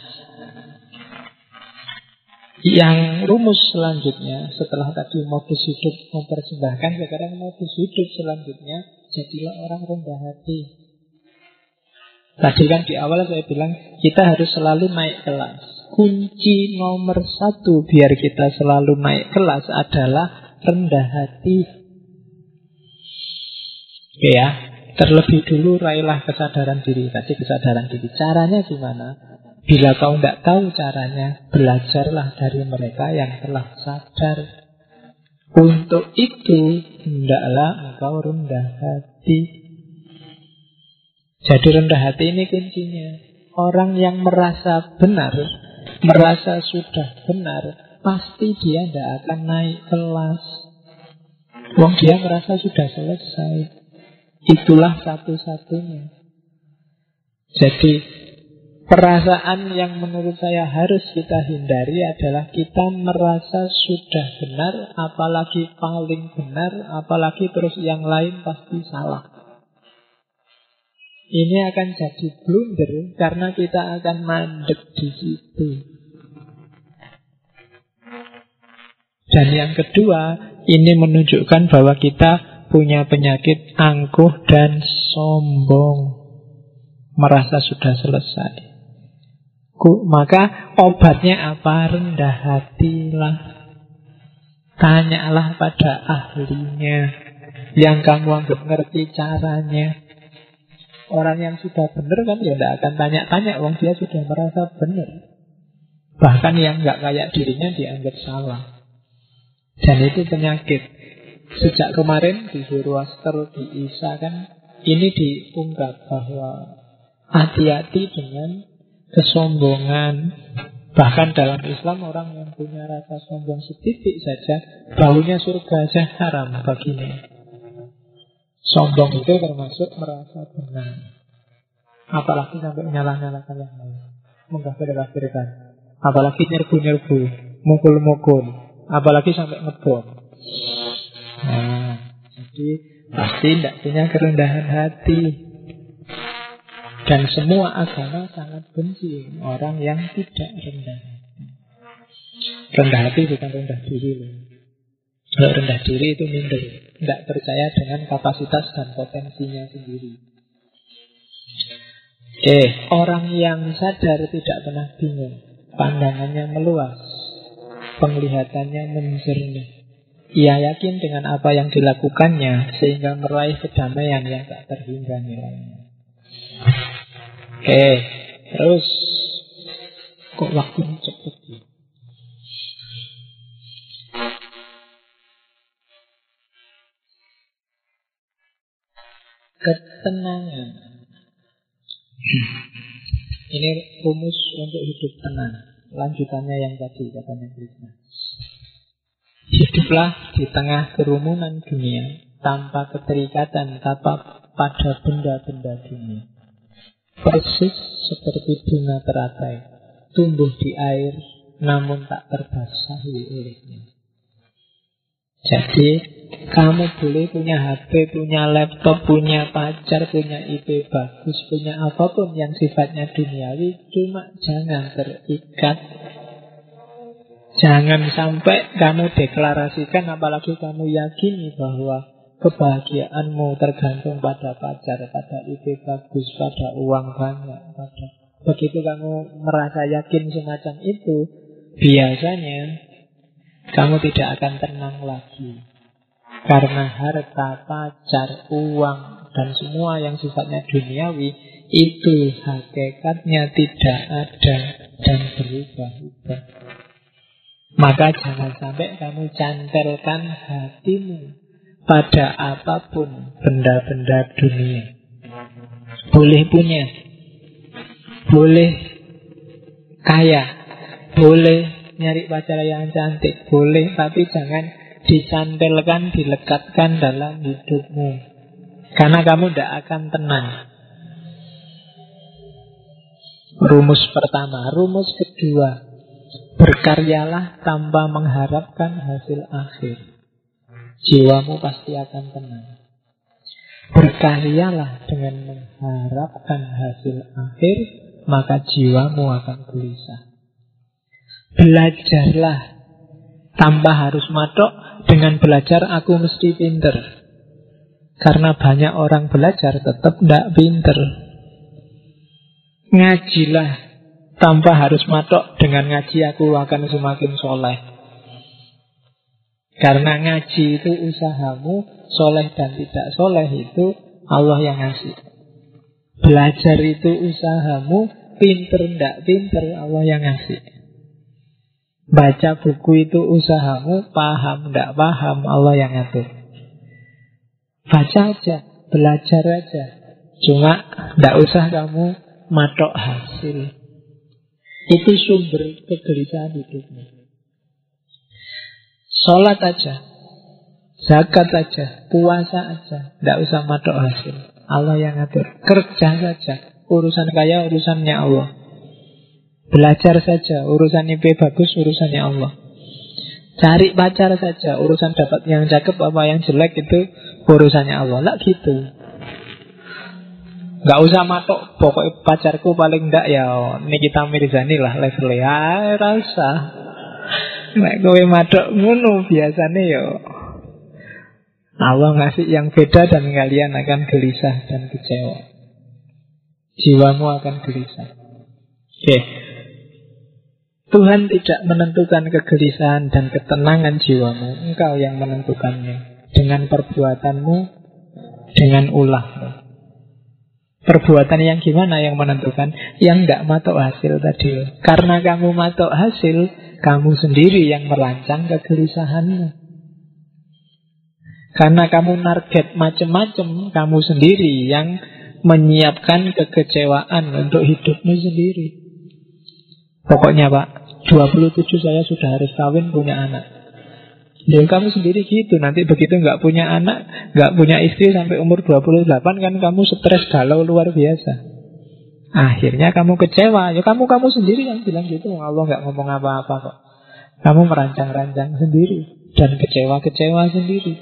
yang rumus selanjutnya setelah tadi modus hidup mempersembahkan, sekarang modus hidup selanjutnya jadilah orang rendah hati. Tadi kan di awal saya bilang kita harus selalu naik kelas. Kunci nomor 1 biar kita selalu naik kelas adalah rendah hati. Oke ya, terlebih dulu raihlah kesadaran diri. Tadi kesadaran diri, caranya gimana? Bila kau tidak tahu caranya, belajarlah dari mereka yang telah sadar. Untuk itu, hendaklah engkau rendah hati. Jadi rendah hati ini kuncinya. Orang yang merasa benar, merasa sudah benar, pasti dia tidak akan naik kelas. Wong dia merasa sudah selesai. Itulah satu-satunya. Jadi perasaan yang menurut saya harus kita hindari adalah kita merasa sudah benar, apalagi paling benar, apalagi terus yang lain pasti salah. Ini akan jadi blunder karena kita akan mandek di situ. Dan yang kedua, ini menunjukkan bahwa kita punya penyakit angkuh dan sombong. Merasa sudah selesai. Maka obatnya apa? Rendah hatilah. Tanyalah pada ahlinya yang kamu anggap ngerti caranya. Orang yang sudah benar kan ya tidak akan tanya-tanya, wong dia sudah merasa benar. Bahkan yang nggak kayak dirinya dianggap salah. Dan itu penyakit. Sejak kemarin di Zoroaster, di Isa kan ini diungkap bahwa hati-hati dengan kesombongan. Bahkan dalam Islam orang yang punya rasa sombong setitik saja, baunya surga aja haram baginya. Sombong itu termasuk merasa benar. Apalagi sampai nyalah-nyalahkan yang lain, mengkafir-kafirkan, apalagi nyerbu-nyerbu, mukul-mukul, apalagi sampai ngebom. Nah, jadi pasti tidak punya kerendahan hati. Dan semua agama sangat benci orang yang tidak rendah hati. Rendah hati bukan rendah diri loh. Kalau rendah diri itu minder, tidak percaya dengan kapasitas dan potensinya sendiri. Orang yang sadar tidak pernah bingung, pandangannya meluas, penglihatannya menjernih. Ia yakin dengan apa yang dilakukannya sehingga meraih kedamaian yang tak terhingga nilainya. Terus kok waktunya cepet ya? Ketenangan. Ini rumus untuk hidup tenang. Lanjutannya yang tadi katanya Krishna. Hiduplah di tengah kerumunan dunia tanpa keterikatan pada benda-benda dunia. Persis seperti bunga teratai, tumbuh di air namun tak terbasahi olehnya. Jadi kamu boleh punya HP, punya laptop, punya pacar, punya IP bagus, punya apapun yang sifatnya duniawi, cuma jangan terikat. Jangan sampai kamu deklarasikan, apalagi kamu yakini bahwa kebahagiaanmu tergantung pada pacar, pada IP bagus, pada uang banyak, pada Begitu kamu merasa yakin semacam itu, biasanya kamu tidak akan tenang lagi. Karena harta, pacar, uang, dan semua yang sifatnya duniawi itu hakikatnya tidak ada dan berubah-ubah. Maka jangan sampai kamu cantelkan hatimu pada apapun benda-benda dunia. Boleh punya, boleh kaya, boleh nyari pacar yang cantik, boleh, tapi jangan dicantelkan, dilekatkan dalam hidupmu. Karena kamu tidak akan tenang. Rumus pertama. Rumus kedua, berkaryalah tanpa mengharapkan hasil akhir. Jiwamu pasti akan tenang. Berkaryalah dengan mengharapkan hasil akhir, maka jiwamu akan gelisah. Belajarlah tanpa harus matok. Dengan belajar aku mesti pinter. Karena banyak orang belajar tetap tidak pinter. Ngajilah tanpa harus matok. Dengan ngaji aku akan semakin soleh. Karena ngaji itu usahamu. Soleh dan tidak soleh itu Allah yang ngasih. Belajar itu usahamu. Pinter tidak pinter Allah yang ngasih. Baca buku itu usahamu, paham tidak paham Allah yang ngatur. Baca aja, belajar aja. Cuma tidak usah kamu matok hasil. Itu sumber kegelisahan hidupmu. Sholat aja, zakat aja, puasa aja, tidak usah matok hasil. Allah yang ngatur. Kerja saja, urusan kaya urusannya Allah. Belajar saja, urusan IP bagus, urusannya Allah. Cari pacar saja, urusan dapat yang cakep apa yang jelek itu urusannya Allah. Lah gitu. Gak usah matok, pokoknya pacarku paling ndak ya Nikita Mirzani lah levelnya. Rasa nek kowe matok ngono biasanya ya Allah ngasih yang beda dan kalian akan gelisah dan kecewa. Jiwamu akan gelisah. Oke. Tuhan tidak menentukan kegelisahan dan ketenangan jiwamu. Engkau yang menentukannya. Dengan perbuatanmu, dengan ulahmu. Perbuatan yang gimana yang menentukan? Yang tidak matok hasil tadi. Karena kamu matok hasil, kamu sendiri yang merancang kegelisahanmu. Karena kamu target macam-macam, kamu sendiri yang menyiapkan kekecewaan untuk hidupmu sendiri. Pokoknya Pak, 27 saya sudah harus kawin, punya anak. Ya kamu sendiri gitu. Nanti begitu nggak punya anak, nggak punya istri sampai umur 28 kan kamu stres galau luar biasa. Akhirnya kamu kecewa. Ya kamu sendiri yang bilang gitu. Allah nggak ngomong apa-apa kok. Kamu merancang-rancang sendiri dan kecewa-kecewa sendiri.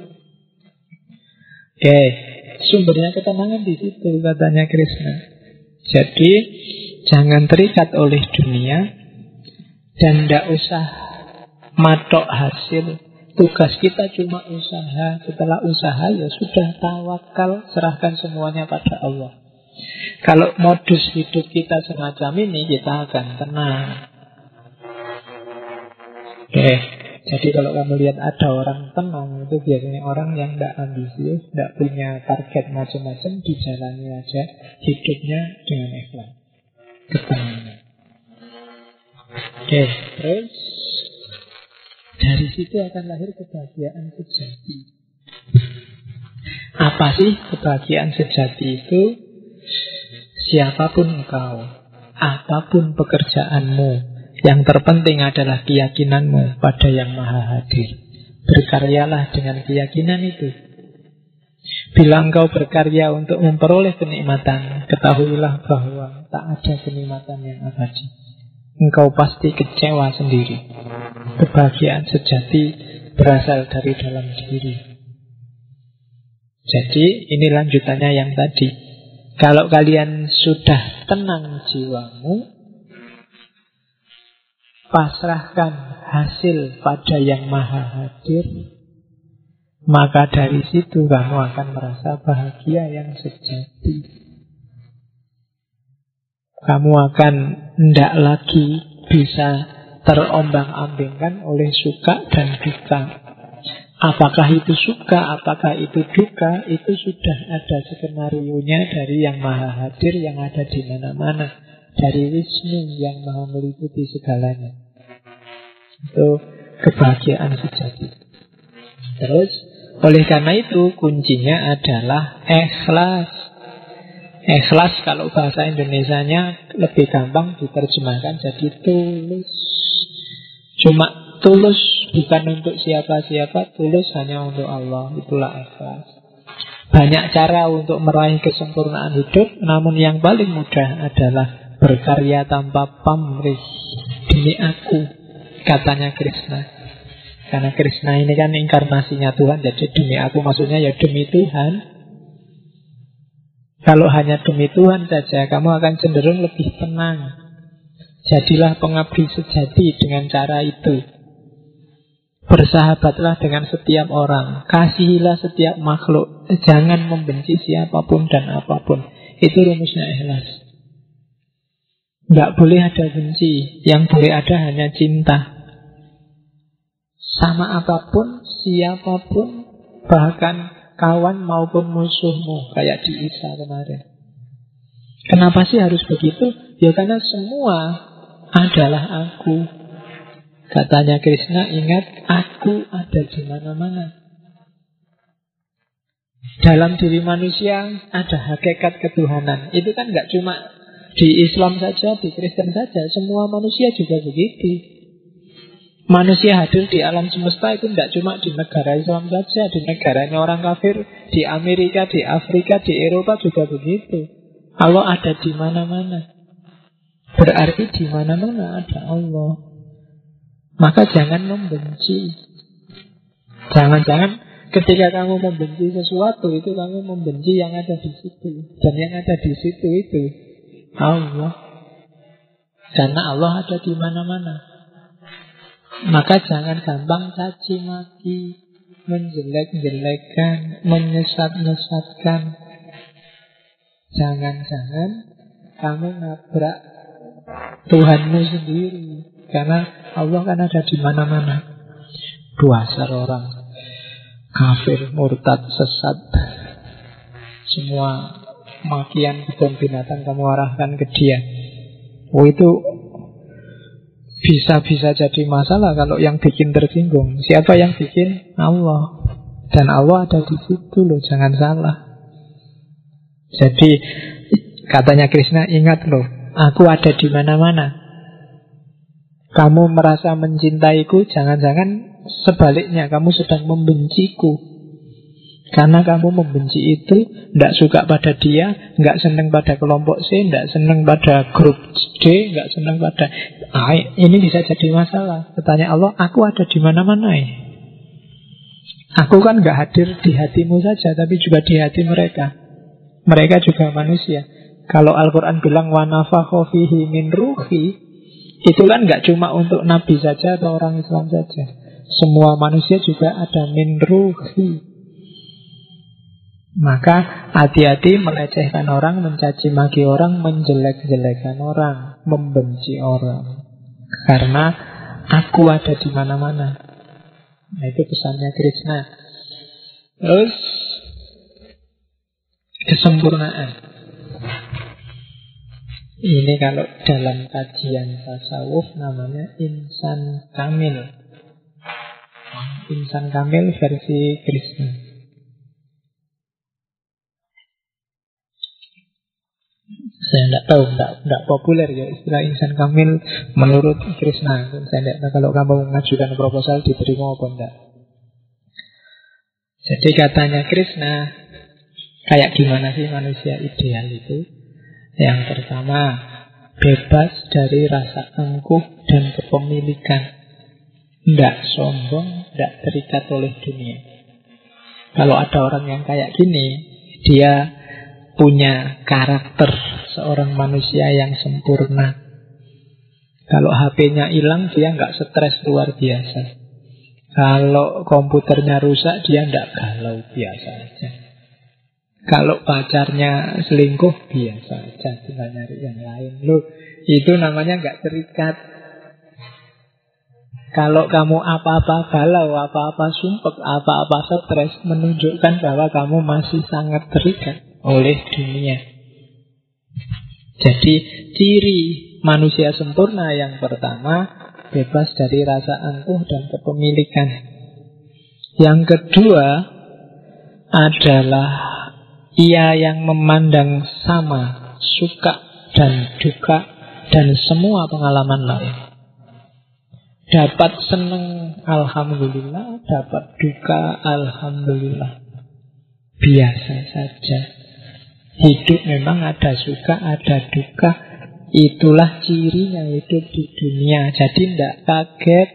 Oke, sumbernya ketenangan di situ katanya Krishna. Jadi jangan terikat oleh dunia dan tidak usah matok hasil. Tugas kita cuma usaha. Setelah usaha ya sudah tawakal, serahkan semuanya pada Allah. Kalau modus hidup kita semacam ini, kita akan tenang. Oke, jadi kalau kamu lihat ada orang tenang, itu biasanya orang yang tidak ambisius, tidak punya target macam-macam, dijalani aja hidupnya dengan ikhlas, ketenangan. Oke, terus dari situ akan lahir kebahagiaan sejati. Apa sih kebahagiaan sejati itu? Siapapun engkau, apapun pekerjaanmu, yang terpenting adalah keyakinanmu pada Yang Maha Hadir. Berkaryalah dengan keyakinan itu. Bila engkau berkarya untuk memperoleh kenikmatan, ketahuilah bahwa tak ada kenikmatan yang abadi. Engkau pasti kecewa sendiri. Kebahagiaan sejati berasal dari dalam diri. Jadi ini lanjutannya yang tadi. Kalau kalian sudah tenang jiwamu, pasrahkan hasil pada Yang Maha Hadir, maka dari situ kamu akan merasa bahagia yang sejati. Kamu akan tidak lagi bisa terombang-ambingkan oleh suka dan duka. Apakah itu suka, apakah itu duka, itu sudah ada skenario-nya dari Yang Maha Hadir yang ada di mana-mana, dari Wisnu yang maha meliputi segalanya. Itu kebahagiaan sejati. Terus, oleh karena itu kuncinya adalah ikhlas. Ikhlas kalau bahasa Indonesianya lebih gampang diterjemahkan jadi tulus. Cuma tulus bukan untuk siapa-siapa, tulus hanya untuk Allah. Itulah ikhlas. Banyak cara untuk meraih kesempurnaan hidup, namun yang paling mudah adalah berkarya tanpa pamrih. Demi aku, katanya Krishna. Karena Krishna ini kan inkarnasinya Tuhan, jadi demi aku maksudnya ya demi Tuhan. Kalau hanya demi Tuhan saja, kamu akan cenderung lebih tenang. Jadilah pengabdi sejati dengan cara itu. Bersahabatlah dengan setiap orang. Kasihilah setiap makhluk. Jangan membenci siapapun dan apapun. Itu rumusnya ikhlas. Nggak boleh ada benci. Yang boleh ada hanya cinta. Sama apapun, siapapun, bahkan kawan maupun musuhmu, kayak di Isa kemarin. Kenapa sih harus begitu? Ya karena semua adalah aku. Katanya Krishna, ingat aku ada di mana-mana. Dalam diri manusia ada hakikat ketuhanan. Itu kan gak cuma di Islam saja, di Kristen saja. Semua manusia juga begitu. Manusia hadir di alam semesta itu tidak cuma di negara Islam saja, di negaranya orang kafir, di Amerika, di Afrika, di Eropa juga begitu. Allah ada di mana-mana. Berarti di mana-mana ada Allah. Maka jangan membenci. Jangan-jangan ketika kamu membenci sesuatu itu kamu membenci yang ada di situ. Dan yang ada di situ itu Allah. Karena Allah ada di mana-mana. Maka jangan gampang caci maki, menjelek-jelekkan, menyesat-nyesatkan. Jangan-jangan kamu nabrak Tuhanmu sendiri. Karena Allah kan ada di mana-mana. Dasar orang kafir, murtad, sesat. Semua makian kebun binatang kamu arahkan ke dia. Oh, itu bisa jadi masalah kalau yang bikin tersinggung. Siapa yang bikin? Allah. Dan Allah ada di situ loh, jangan salah. Jadi katanya Krishna, ingat loh, aku ada di mana-mana. Kamu merasa mencintaiku, jangan-jangan sebaliknya kamu sedang membenciku. Karena kamu membenci itu, tidak suka pada dia, nggak senang pada kelompok C, nggak senang pada grup D, nggak senang pada ini bisa jadi masalah. Bertanya Allah, aku ada di mana-mana ya? Aku kan nggak hadir di hatimu saja, tapi juga di hati mereka. Mereka juga manusia. Kalau Al-Quran bilang wa nafakha fihi min ruhi, itu kan nggak cuma untuk Nabi saja atau orang Islam saja. Semua manusia juga ada min ruhi. Maka hati-hati melecehkan orang, mencaci maki orang, menjelek-jelekan orang, membenci orang. Karena aku ada di mana-mana. Nah, itu pesannya Krishna. Terus kesempurnaan. Ini kalau dalam kajian tasawuf namanya insan kamil. Insan kamil versi Krishna. Saya tidak tahu, tidak populer ya istilah insan kamil menurut Krishna. Saya tidak tahu kalau kamu mengajukan proposal diterima apa tidak. Jadi katanya Krishna, kayak gimana sih manusia ideal itu? Yang pertama, bebas dari rasa angkuh dan kepemilikan. Tidak sombong, tidak terikat oleh dunia. Kalau ada orang yang kayak gini, dia punya karakter seorang manusia yang sempurna. Kalau HP-nya hilang, dia nggak stres luar biasa. Kalau komputernya rusak, dia nggak galau, biasa aja. Kalau pacarnya selingkuh, biasa aja, tinggal nyari yang lain. Loh, itu namanya nggak terikat. Kalau kamu apa-apa galau, apa-apa sumpek, apa-apa stres, menunjukkan bahwa kamu masih sangat terikat oleh dunia. Jadi ciri manusia sempurna yang pertama, bebas dari rasa angkuh dan kepemilikan. Yang kedua adalah ia yang memandang sama suka dan duka dan semua pengalaman lain. Dapat senang, alhamdulillah. Dapat duka, alhamdulillah. Biasa saja. Hidup memang ada suka, ada duka. Itulah cirinya hidup di dunia. Jadi tidak kaget,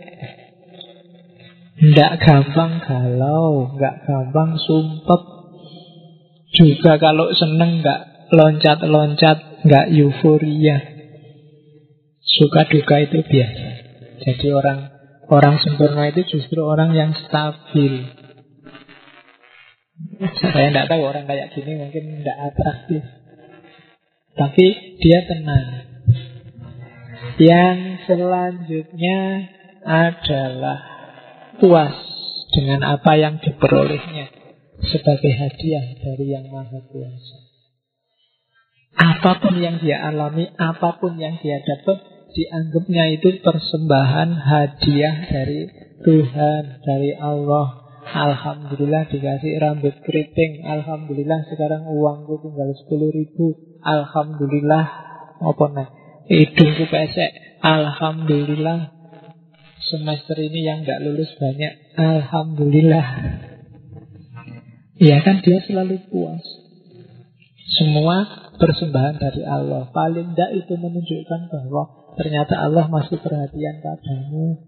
tidak gampang galau, tidak gampang sumpek. Juga kalau seneng tidak loncat-loncat, tidak euforia. Suka duka itu biasa. Jadi orang sempurna itu justru orang yang stabil. Saya tidak tahu orang kayak gini mungkin tidak atraktif, tapi dia tenang. Yang selanjutnya adalah puas dengan apa yang diperolehnya sebagai hadiah dari Yang Maha Kuasa. Apapun yang dia alami, apapun yang dia dapat, dianggapnya itu persembahan, hadiah dari Tuhan, dari Allah. Alhamdulillah dikasih rambut keriting. Alhamdulillah sekarang uangku tinggal 10.000. Alhamdulillah apa nih? Hidungku pesek. Alhamdulillah semester ini yang gak lulus banyak. Alhamdulillah. Ya kan, dia selalu puas. Semua persembahan dari Allah. Paling tidak itu menunjukkan bahwa ternyata Allah masih perhatian padamu.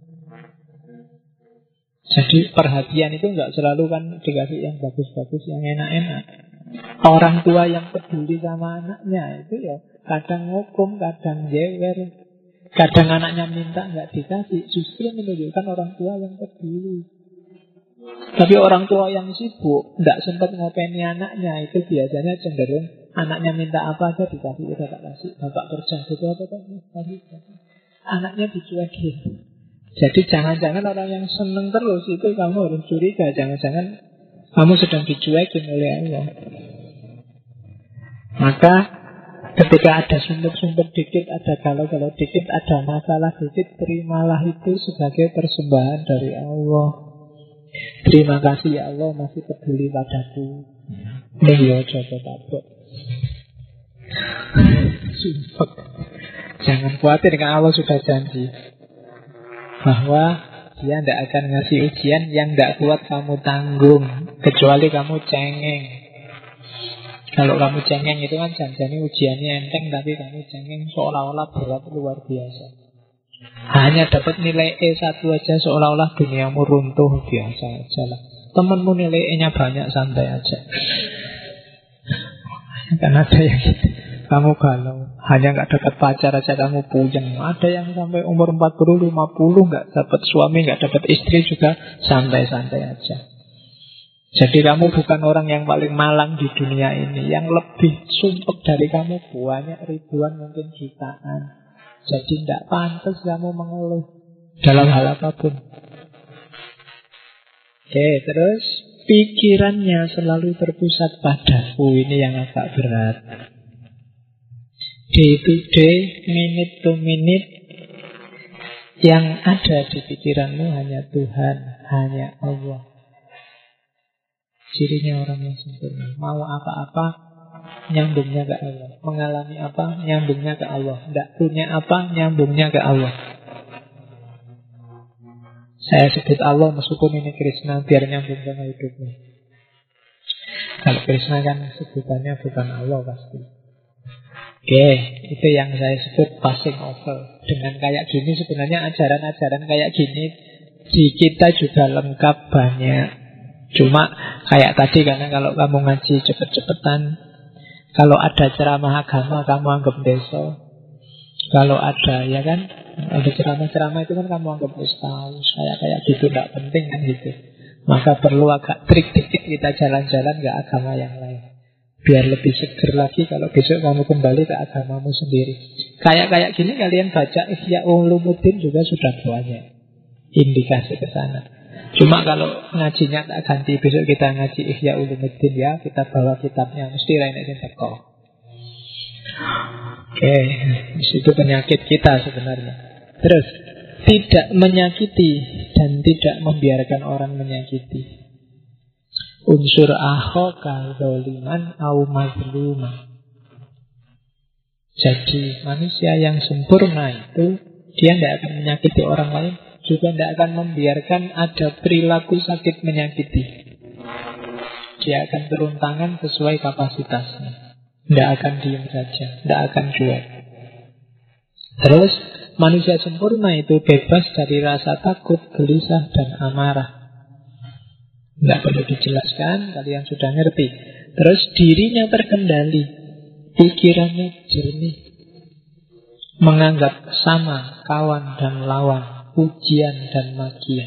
Jadi perhatian itu nggak selalu kan dikasih yang bagus-bagus, yang enak-enak. Orang tua yang peduli sama anaknya itu ya kadang ngukum, kadang jewer, kadang anaknya minta nggak dikasih. Justru menunjukkan orang tua yang peduli. Tapi orang tua yang sibuk, nggak sempat ngopeni anaknya, itu biasanya cenderung anaknya minta apa aja dikasih, udah tak kasih. Bapak kerja gitu apa tak kasih. Anaknya dicuekin. Jadi jangan-jangan orang yang seneng terus itu kamu harus curiga. Jangan-jangan kamu sedang dicuekin oleh Allah. Maka ketika ada sumpah-sumpah dikit, ada galau-galau dikit, ada masalah dikit, terimalah itu sebagai persembahan dari Allah. Terima kasih ya Allah masih peduli padaku. Nih ya coba tabok. Sumpah. Jangan khawatir, karena Allah sudah janji bahwa Dia tidak akan ngasih ujian yang tidak kuat kamu tanggung, kecuali kamu cengeng. Kalau kamu cengeng itu kan janjinya ujiannya enteng, tapi kamu cengeng seolah-olah berat luar biasa. Hanya dapat nilai E1 aja seolah-olah duniamu runtuh, biasa aja lah. Temenmu nilai E-nya banyak, santai aja. Kan ada yang gitu. Kamu galau, hanya gak dapat pacar aja kamu puyeng. Ada yang sampai umur 40, 50 gak dapat suami, gak dapat istri juga santai-santai aja. Jadi kamu bukan orang yang paling malang di dunia ini. Yang lebih sumpek dari kamu banyak, ribuan, mungkin jutaan. Jadi tidak pantas kamu mengeluh dalam hal apapun. Oke, terus pikirannya selalu terpusat padaku. Ini yang agak berat. Day to day, minute to minute, yang ada di pikiranmu hanya Tuhan, hanya Allah. Cirinya orang yang sempurna. Mau apa-apa, nyambungnya ke Allah. Mengalami apa, nyambungnya ke Allah. Tidak punya apa, nyambungnya ke Allah. Saya sebut Allah meskipun ini Krishna, biar nyambung sama hidupnya. Kalau Krishna kan sebutannya bukan Allah pasti. Oke, itu yang saya sebut passing over. Dengan kayak gini sebenarnya ajaran-ajaran kayak gini di kita juga lengkap banyak. Cuma kayak tadi, karena kalau kamu ngaji cepet-cepetan, kalau ada ceramah agama kamu anggap deso. Kalau ada, ya kan, ada ceramah-ceramah itu kan kamu anggap tahu. Kayak gitu tidak penting kan gitu. Maka perlu agak trik dikit kita jalan-jalan ke agama yang lain. Biar lebih seger lagi kalau besok kamu kembali ke agamamu sendiri. Kayak gini kalian baca Ihya Ulumuddin juga sudah banyak indikasi ke sana. Cuma kalau ngajinya tak ganti, besok kita ngaji Ihya Ulumuddin ya, kita bawa kitabnya, mesti lainnya teko. Oke, itu penyakit kita sebenarnya. Terus, tidak menyakiti dan tidak membiarkan orang menyakiti. Unsur akhoka zoliman au mazluman. Jadi manusia yang sempurna itu dia tidak akan menyakiti orang lain, juga tidak akan membiarkan ada perilaku sakit menyakiti. Dia akan turun tangan sesuai kapasitasnya. Tidak akan diam saja, tidak akan cuek. Terus manusia sempurna itu bebas dari rasa takut, gelisah, dan amarah. Tidak perlu dijelaskan, kalian sudah ngerti. Terus dirinya terkendali, pikirannya jernih, menganggap sama kawan dan lawan, pujian dan makian.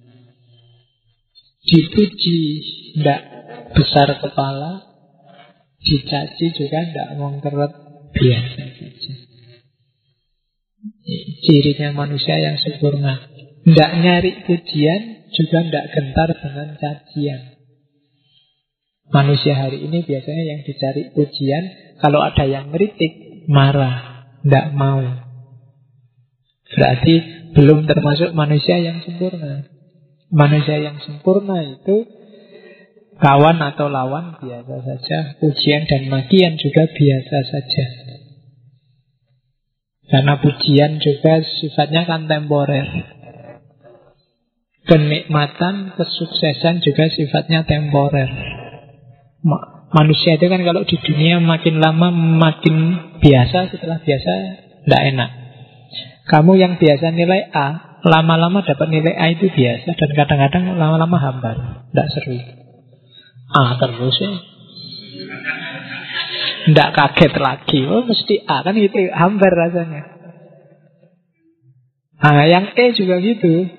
Dipuji tidak besar kepala, dicaci juga tidak mengkeret, biasa saja. Cirinya manusia yang sempurna. Tidak nyari pujian, juga tidak gentar dengan cacian. Manusia hari ini biasanya yang dicari pujian, kalau ada yang ngeritik, marah, tidak mau. Berarti belum termasuk manusia yang sempurna. Manusia yang sempurna itu kawan atau lawan biasa saja, pujian dan makian juga biasa saja. Karena pujian juga sifatnya kan temporer. Kenikmatan, kesuksesan juga sifatnya temporer. Manusia itu kan kalau di dunia makin lama makin biasa, setelah biasa tidak enak. Kamu yang biasa nilai A, lama-lama dapat nilai A itu biasa, dan kadang-kadang lama-lama hambar, tidak seru. A terus ya, tidak kaget lagi. Oh mesti A, kan gitu, hambar rasanya. Nah yang E juga gitu,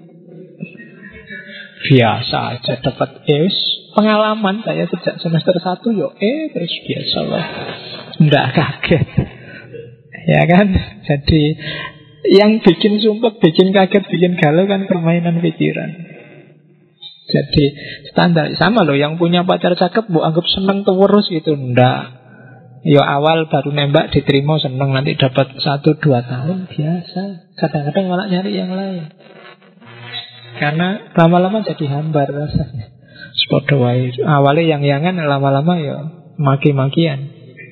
biasa aja dapat E. Pengalaman saya sejak semester 1 yo E terus biasa lah, nggak kaget. Ya kan? Jadi yang bikin sumpek, bikin kaget, bikin galau kan permainan pikiran. Jadi standar sama loh, yang punya pacar cakep bu anggap seneng terus gitu, ndak. Yo awal baru nembak diterima seneng, nanti dapat 1-2 tahun biasa. Kadang-kadang malah nyari yang lain. Karena lama-lama jadi hambar rasanya. Sepodo wae. Awalnya yang-yangan, lama-lama ya maki-makian.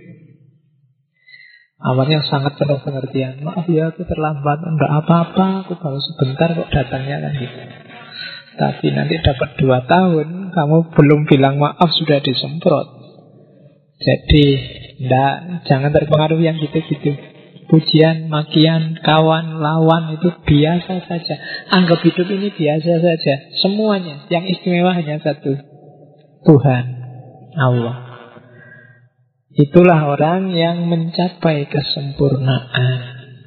Awalnya sangat penuh pengertian. Maaf ya aku terlambat. Enggak apa-apa, aku baru sebentar kok datangnya kan gitu. Tapi nanti dapat 2 tahun, kamu belum bilang maaf sudah disemprot. Jadi jangan terpengaruh yang gitu-gitu. Pujian, makian, kawan, lawan itu biasa saja. Anggap hidup ini biasa saja. Semuanya, yang istimewa hanya satu, Tuhan, Allah. Itulah orang yang mencapai kesempurnaan.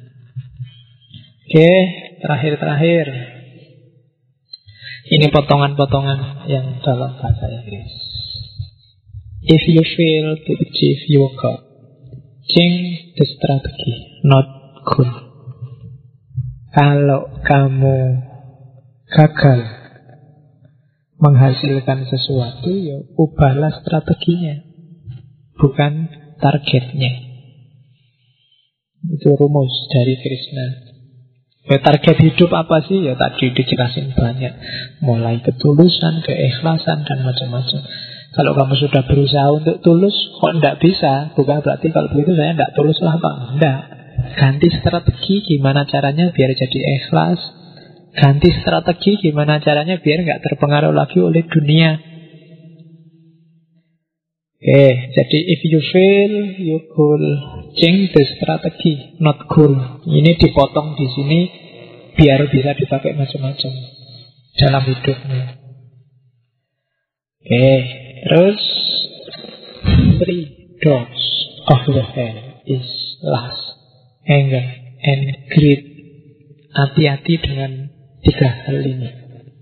Oke, terakhir. Ini potongan-potongan yang dalam bahasa Inggris. If you fail to achieve your goal, change the strategy, not goal. Kalau kamu gagal menghasilkan sesuatu, ya ubahlah strateginya, bukan targetnya. Itu rumus dari Krishna. Ya, target hidup apa sih? Ya tadi dijelasin banyak, mulai ketulusan, keikhlasan, dan macam-macam. Kalau kamu sudah berusaha untuk tulus, kok tidak bisa, bukan berarti kalau begitu saya tidak tulus lah Pak. Tidak. Ganti strategi gimana caranya biar jadi ikhlas. Ganti strategi gimana caranya biar nggak terpengaruh lagi oleh dunia. Jadi if you fail, you goal, change the strategy, not goal. Ini dipotong di sini biar bisa dipakai macam-macam dalam hidupnya. Terus 3 doors of the hell is lust, anger, and greed. Hati-hati dengan 3 hal ini.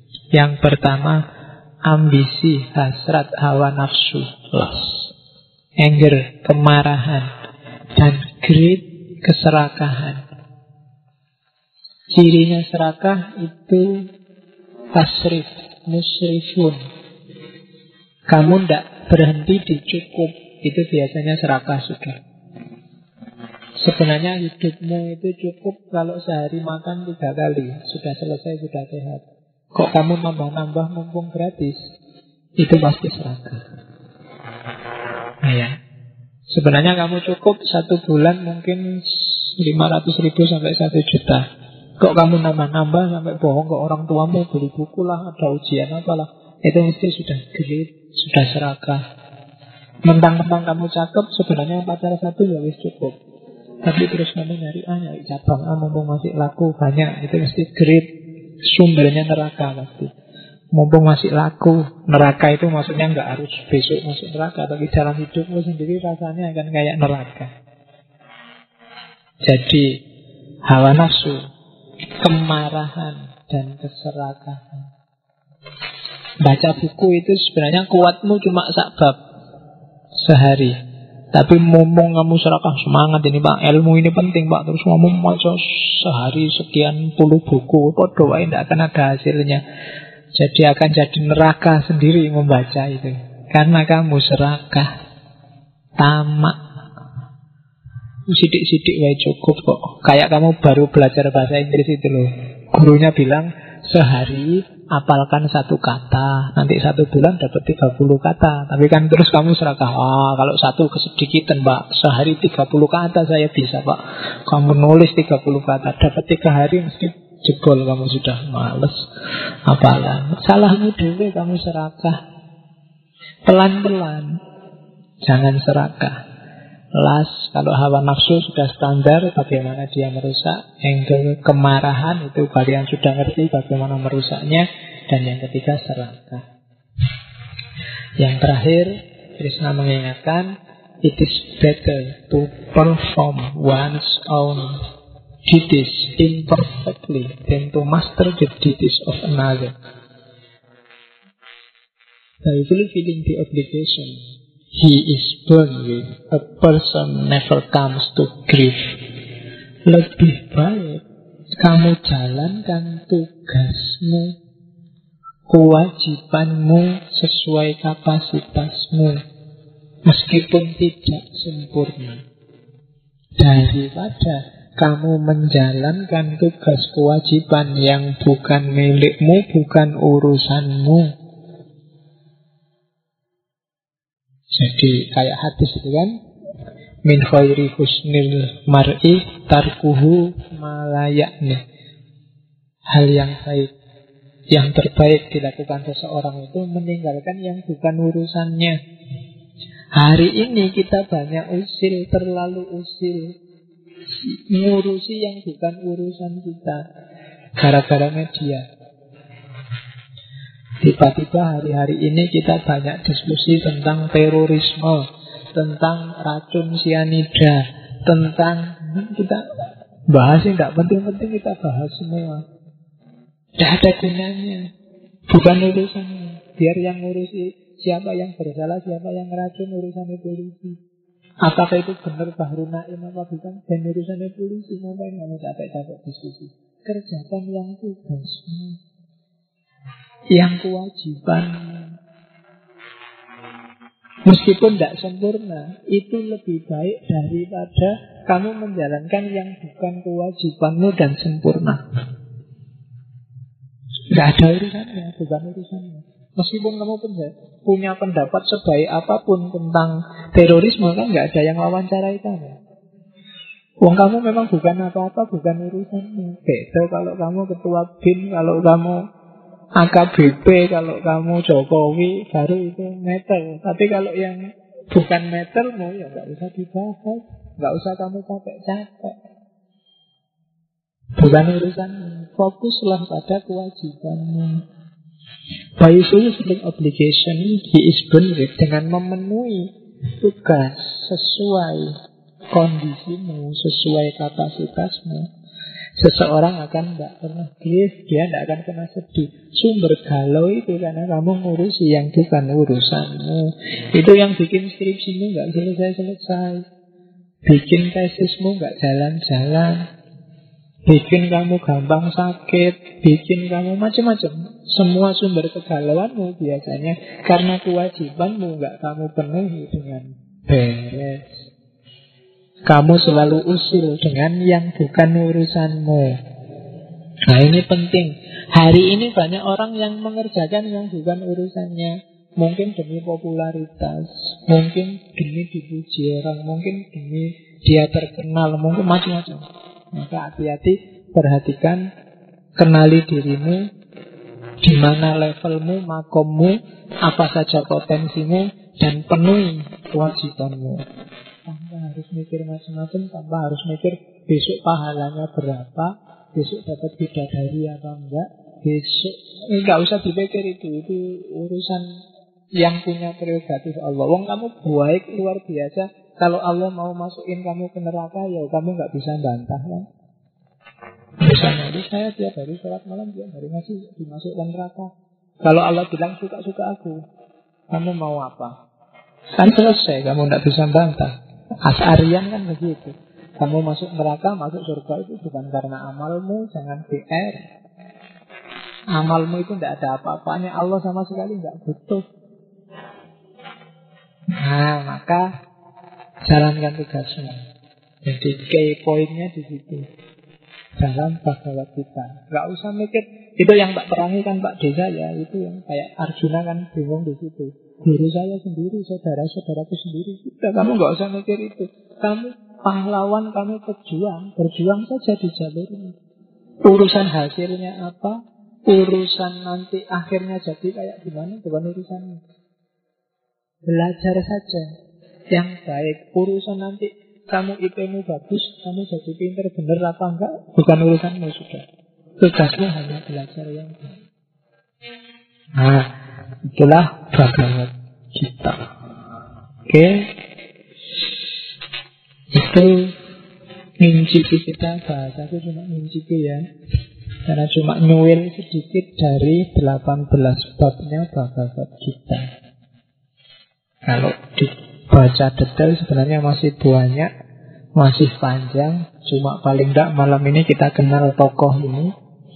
Yang pertama, ambisi, hasrat, hawa nafsu, lust. anger, kemarahan. Dan greed, keserakahan. Cirinya serakah itu tasrif, musrifun. Kamu tidak berhenti di cukup. Itu biasanya serakah sudah. Sebenarnya hidupmu itu cukup kalau sehari makan 3 kali. Sudah selesai, sudah sehat. Kok kamu nambah-nambah mumpung gratis? Itu pasti serakah. Nah ya, sebenarnya kamu cukup 1 bulan mungkin 500.000 sampai 1 juta. Kok kamu nambah-nambah sampai bohong ke orang tuamu, beli buku lah, ada ujian apalah. Itu mesti sudah greed, sudah serakah. Mentang-mentang kamu cakep, sebenarnya pacar 1 ya wis cukup. Tapi terus kamu nyari cabang mumpung masih laku banyak. Itu mesti greed, sumbernya neraka pasti. Mumpung masih laku. Neraka itu maksudnya nggak harus besok masuk neraka, tapi dalam hidupmu sendiri rasanya akan kayak neraka. Jadi hawa nafsu, kemarahan, dan keserakahan. Baca buku itu sebenarnya kuatmu cuma sabab sehari. Tapi mumpung kamu serakah, semangat ini Pak, ilmu ini penting Pak, terus kamu baca sehari sekian puluh buku, kok doain tidak akan ada hasilnya. Jadi akan jadi neraka sendiri membaca itu. Karena kamu serakah, tamak. Sidik-sidik wae cukup kok. Kayak kamu baru belajar bahasa Inggris itu loh. Gurunya bilang sehari apalkan 1 kata, nanti 1 bulan dapat 30 kata. Tapi kan terus kamu serakah, kalau 1 kesedikitan Pak, sehari 30 kata saya bisa Pak. Kamu nulis 30 kata, dapat 3 hari mesti jebol, kamu sudah males. Apalah, salahmu dulu kamu serakah. Pelan-pelan, jangan serakah. Las, kalau hawa nafsu sudah standar, bagaimana dia merusak. Anger, kemarahan, itu kalian sudah ngerti bagaimana merusaknya. Dan yang ketiga, serakah. Yang terakhir, Krishna mengingatkan, it is better to perform one's own duties imperfectly than to master the duties of another. By fulfilling the obligation he is born with, a person never comes to grief. Lebih baik kamu jalankan tugasmu, kewajibanmu sesuai kapasitasmu, meskipun tidak sempurna, daripada kamu menjalankan tugas kewajiban yang bukan milikmu, bukan urusanmu. Jadi kayak hadis itu kan, min khairi husnil mar'i tarkuhu malayakni. Hal yang baik, yang terbaik dilakukan seseorang itu meninggalkan yang bukan urusannya. Hari ini kita banyak usil, terlalu usil, ngurusi yang bukan urusan kita, gara-gara media. Tiba-tiba hari-hari ini kita banyak diskusi tentang terorisme, tentang racun sianida, tentang kita bahas yang tidak penting-penting, kita bahas semua. Tidak ada gunanya, bukan urusannya. Biar yang ngurusi siapa yang bersalah, siapa yang racun, urusannya polisi. Apakah itu benar Bahru Naim apa bukan, dan urusannya polisi. Ngapain kamu capek-capek diskusi? Kerjakan yang tugasmu, yang kewajiban. Meskipun tidak sempurna, itu lebih baik daripada kamu menjalankan yang bukan kewajibanmu dan sempurna. Tidak ada urusannya, bukan urusannya. Meskipun kamu punya pendapat sebaik apapun tentang terorisme, kan nggak ada yang wawancarai kamu. Wong kamu memang bukan apa-apa, bukan urusanmu. Beda kalau kamu ketua BIN, kalau kamu AKBP, kalau kamu Jokowi, baru itu meter. Tapi kalau yang bukan metermu, ya nggak usah dibahas, nggak usah kamu capek-capek. Bukan urusanmu. Fokuslah pada kewajibanmu. By fulfilling obligation, he is born with, dengan memenuhi tugas sesuai kondisimu, sesuai kapasitasmu. Seseorang akan tidak pernah grief, dia tidak akan pernah sedih. Sumber galau itu karena kamu ngurusi yang bukan urusanmu. Itu yang bikin skripsimu nggak selesai-selesai, bikin tesismu nggak jalan-jalan, bikin kamu gampang sakit, bikin kamu macam-macam. Semua sumber kegalauanmu biasanya karena kewajibanmu nggak kamu penuhi dengan beres. Kamu selalu usil dengan yang bukan urusanmu. Nah ini penting. Hari ini banyak orang yang mengerjakan yang bukan urusannya. Mungkin demi popularitas, mungkin demi dipuji orang, mungkin demi dia terkenal, mungkin macam-macam. Maka hati-hati, perhatikan, kenali dirimu, di mana levelmu, makommu, apa saja potensimu, dan penuhi kewajibanmu. Tanpa harus mikir macam-macam, tanpa harus mikir besok pahalanya berapa, besok dapat bidadari apa enggak, besok enggak usah dipikir itu urusan yang punya prerogatif Allah. Wong kamu baik luar biasa, kalau Allah mau masukin kamu ke neraka, ya kamu enggak bisa bantah kan. Misalnya saya tiap hari sholat malam, tiap hari ngasih dimasukkan neraka. Kalau Allah bilang suka-suka aku, kamu mau apa? Kan selesai, kamu enggak bisa bantah. Asy'ariyah kan begitu. Kamu masuk neraka, masuk surga itu bukan karena amalmu, jangan PR. Amalmu itu tidak ada apa-apanya, Allah sama sekali tidak butuh. Nah, maka jalankan tugasmu. Jadi key pointnya di situ. Dalam Bhagavad Gita. Gak usah mikir. Itu yang tak perangi kan Pak Desa ya. Itu yang kayak Arjuna kan bingung di situ. Guru saya sendiri, saudara-saudaraku sendiri. Sudah, kamu gak usah mikir itu. Kamu pahlawan, kamu pejuang. Berjuang saja di jalur ini. Urusan hasilnya apa, urusan nanti akhirnya jadi kayak gimana, bukan urusanmu. Belajar saja yang baik. Urusan nanti kamu IP-mu bagus, kamu jadi pinter bener apa enggak, bukan urusanmu sudah. Tugasmu hanya belajar yang baik. Nah, itulah Bhagavad Gita. Oke. Itu ngincipi kita, bahasaku cuma ngincipi ya. Karena cuma nyuil sedikit dari 18 babnya Bhagavad Gita. Kalau dibaca detail sebenarnya masih banyak, masih panjang. Cuma paling tidak malam ini kita kenal tokoh ini.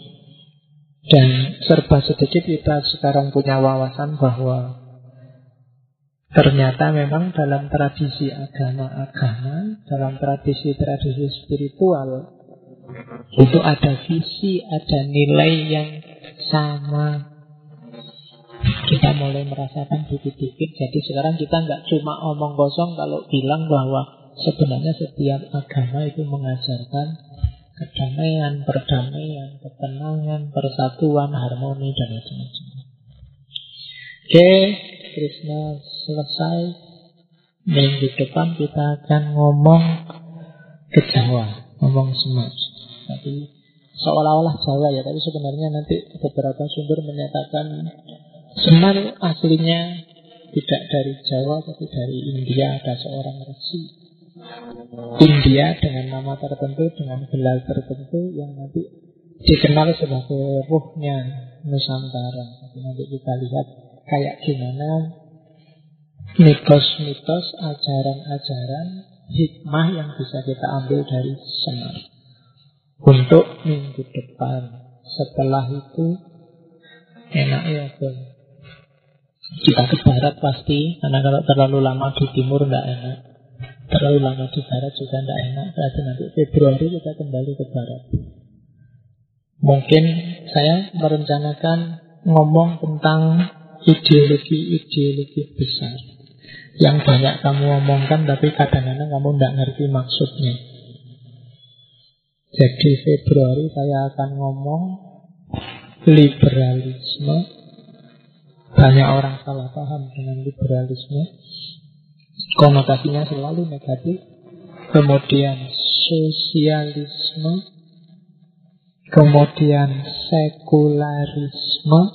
Dan serba sedikit kita sekarang punya wawasan bahwa ternyata memang dalam tradisi agama-agama, dalam tradisi-tradisi spiritual, itu ada visi, ada nilai yang sama. Kita mulai merasakan dikit-dikit. Jadi sekarang kita nggak cuma omong kosong kalau bilang bahwa sebenarnya setiap agama itu mengajarkan kedamaian, perdamaian, ketenangan, persatuan, harmoni, dan macam-macam. Oke, Krishna selesai. Minggu depan kita akan ngomong ke Jawa, ngomong Semar. Tapi seolah-olah Jawa ya, tapi sebenarnya nanti beberapa sumber menyatakan Semar aslinya tidak dari Jawa, tapi dari India. Ada seorang resi India dengan nama tertentu, dengan gelar tertentu yang nanti dikenal sebagai ruhnya Nusantara. Jadi nanti kita lihat kayak gimana mitos-mitos, ajaran-ajaran, hikmah yang bisa kita ambil dari Semar. Untuk minggu depan. Setelah itu enak ya pun kita ke barat pasti, karena kalau terlalu lama di timur tidak enak, terlalu lama di barat juga tidak enak. Berarti nanti Februari kita kembali ke barat. Mungkin saya merencanakan ngomong tentang ideologi-ideologi besar yang banyak kamu omongkan, tapi kadang-kadang kamu tidak ngerti maksudnya. Jadi Februari saya akan ngomong liberalisme. Banyak orang salah paham dengan liberalisme, konotasinya selalu negatif. Kemudian sosialisme, kemudian sekularisme,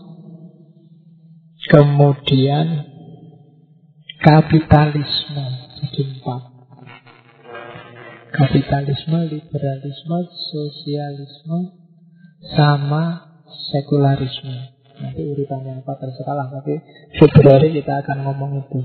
kemudian kapitalisme. Jadi 4. Kapitalisme, liberalisme, sosialisme, sama sekularisme. Nanti urutannya apa terserah, tapi Februari kita akan ngomong itu.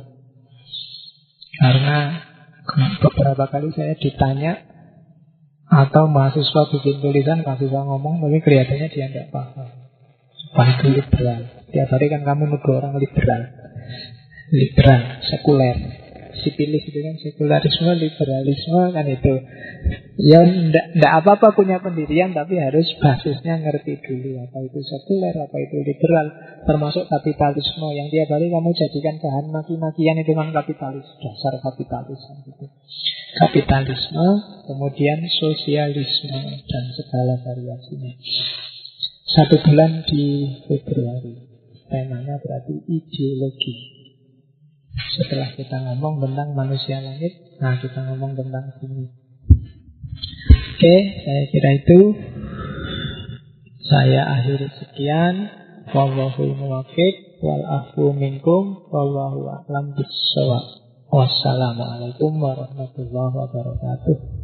Karena beberapa kali saya ditanya atau mahasiswa bikin tulisan kasih saya ngomong, tapi kelihatannya dia tidak paham. Apa itu liberal? Tiap hari kan kamu nuduh orang liberal, sekuler. Sipilis itu kan sekularisme, liberalisme kan itu. Ya ndak apa-apa punya pendirian, tapi harus basisnya ngerti dulu apa itu sekuler, apa itu liberal, termasuk kapitalisme yang tiap hari kamu jadikan bahan maki-makian itu kan kapitalis, dasar kapitalis gitu. Kapitalisme, kemudian sosialisme dan segala variasinya. 1 bulan di Februari. Temanya berarti ideologi. Setelah kita ngomong tentang manusia langit, nah kita ngomong tentang bumi. Oke, saya kira itu. Saya akhiri sekian. Wallahul muwaffiq wal afu minkum wallahu a'lam bissawab. Wassalamualaikum warahmatullahi wabarakatuh.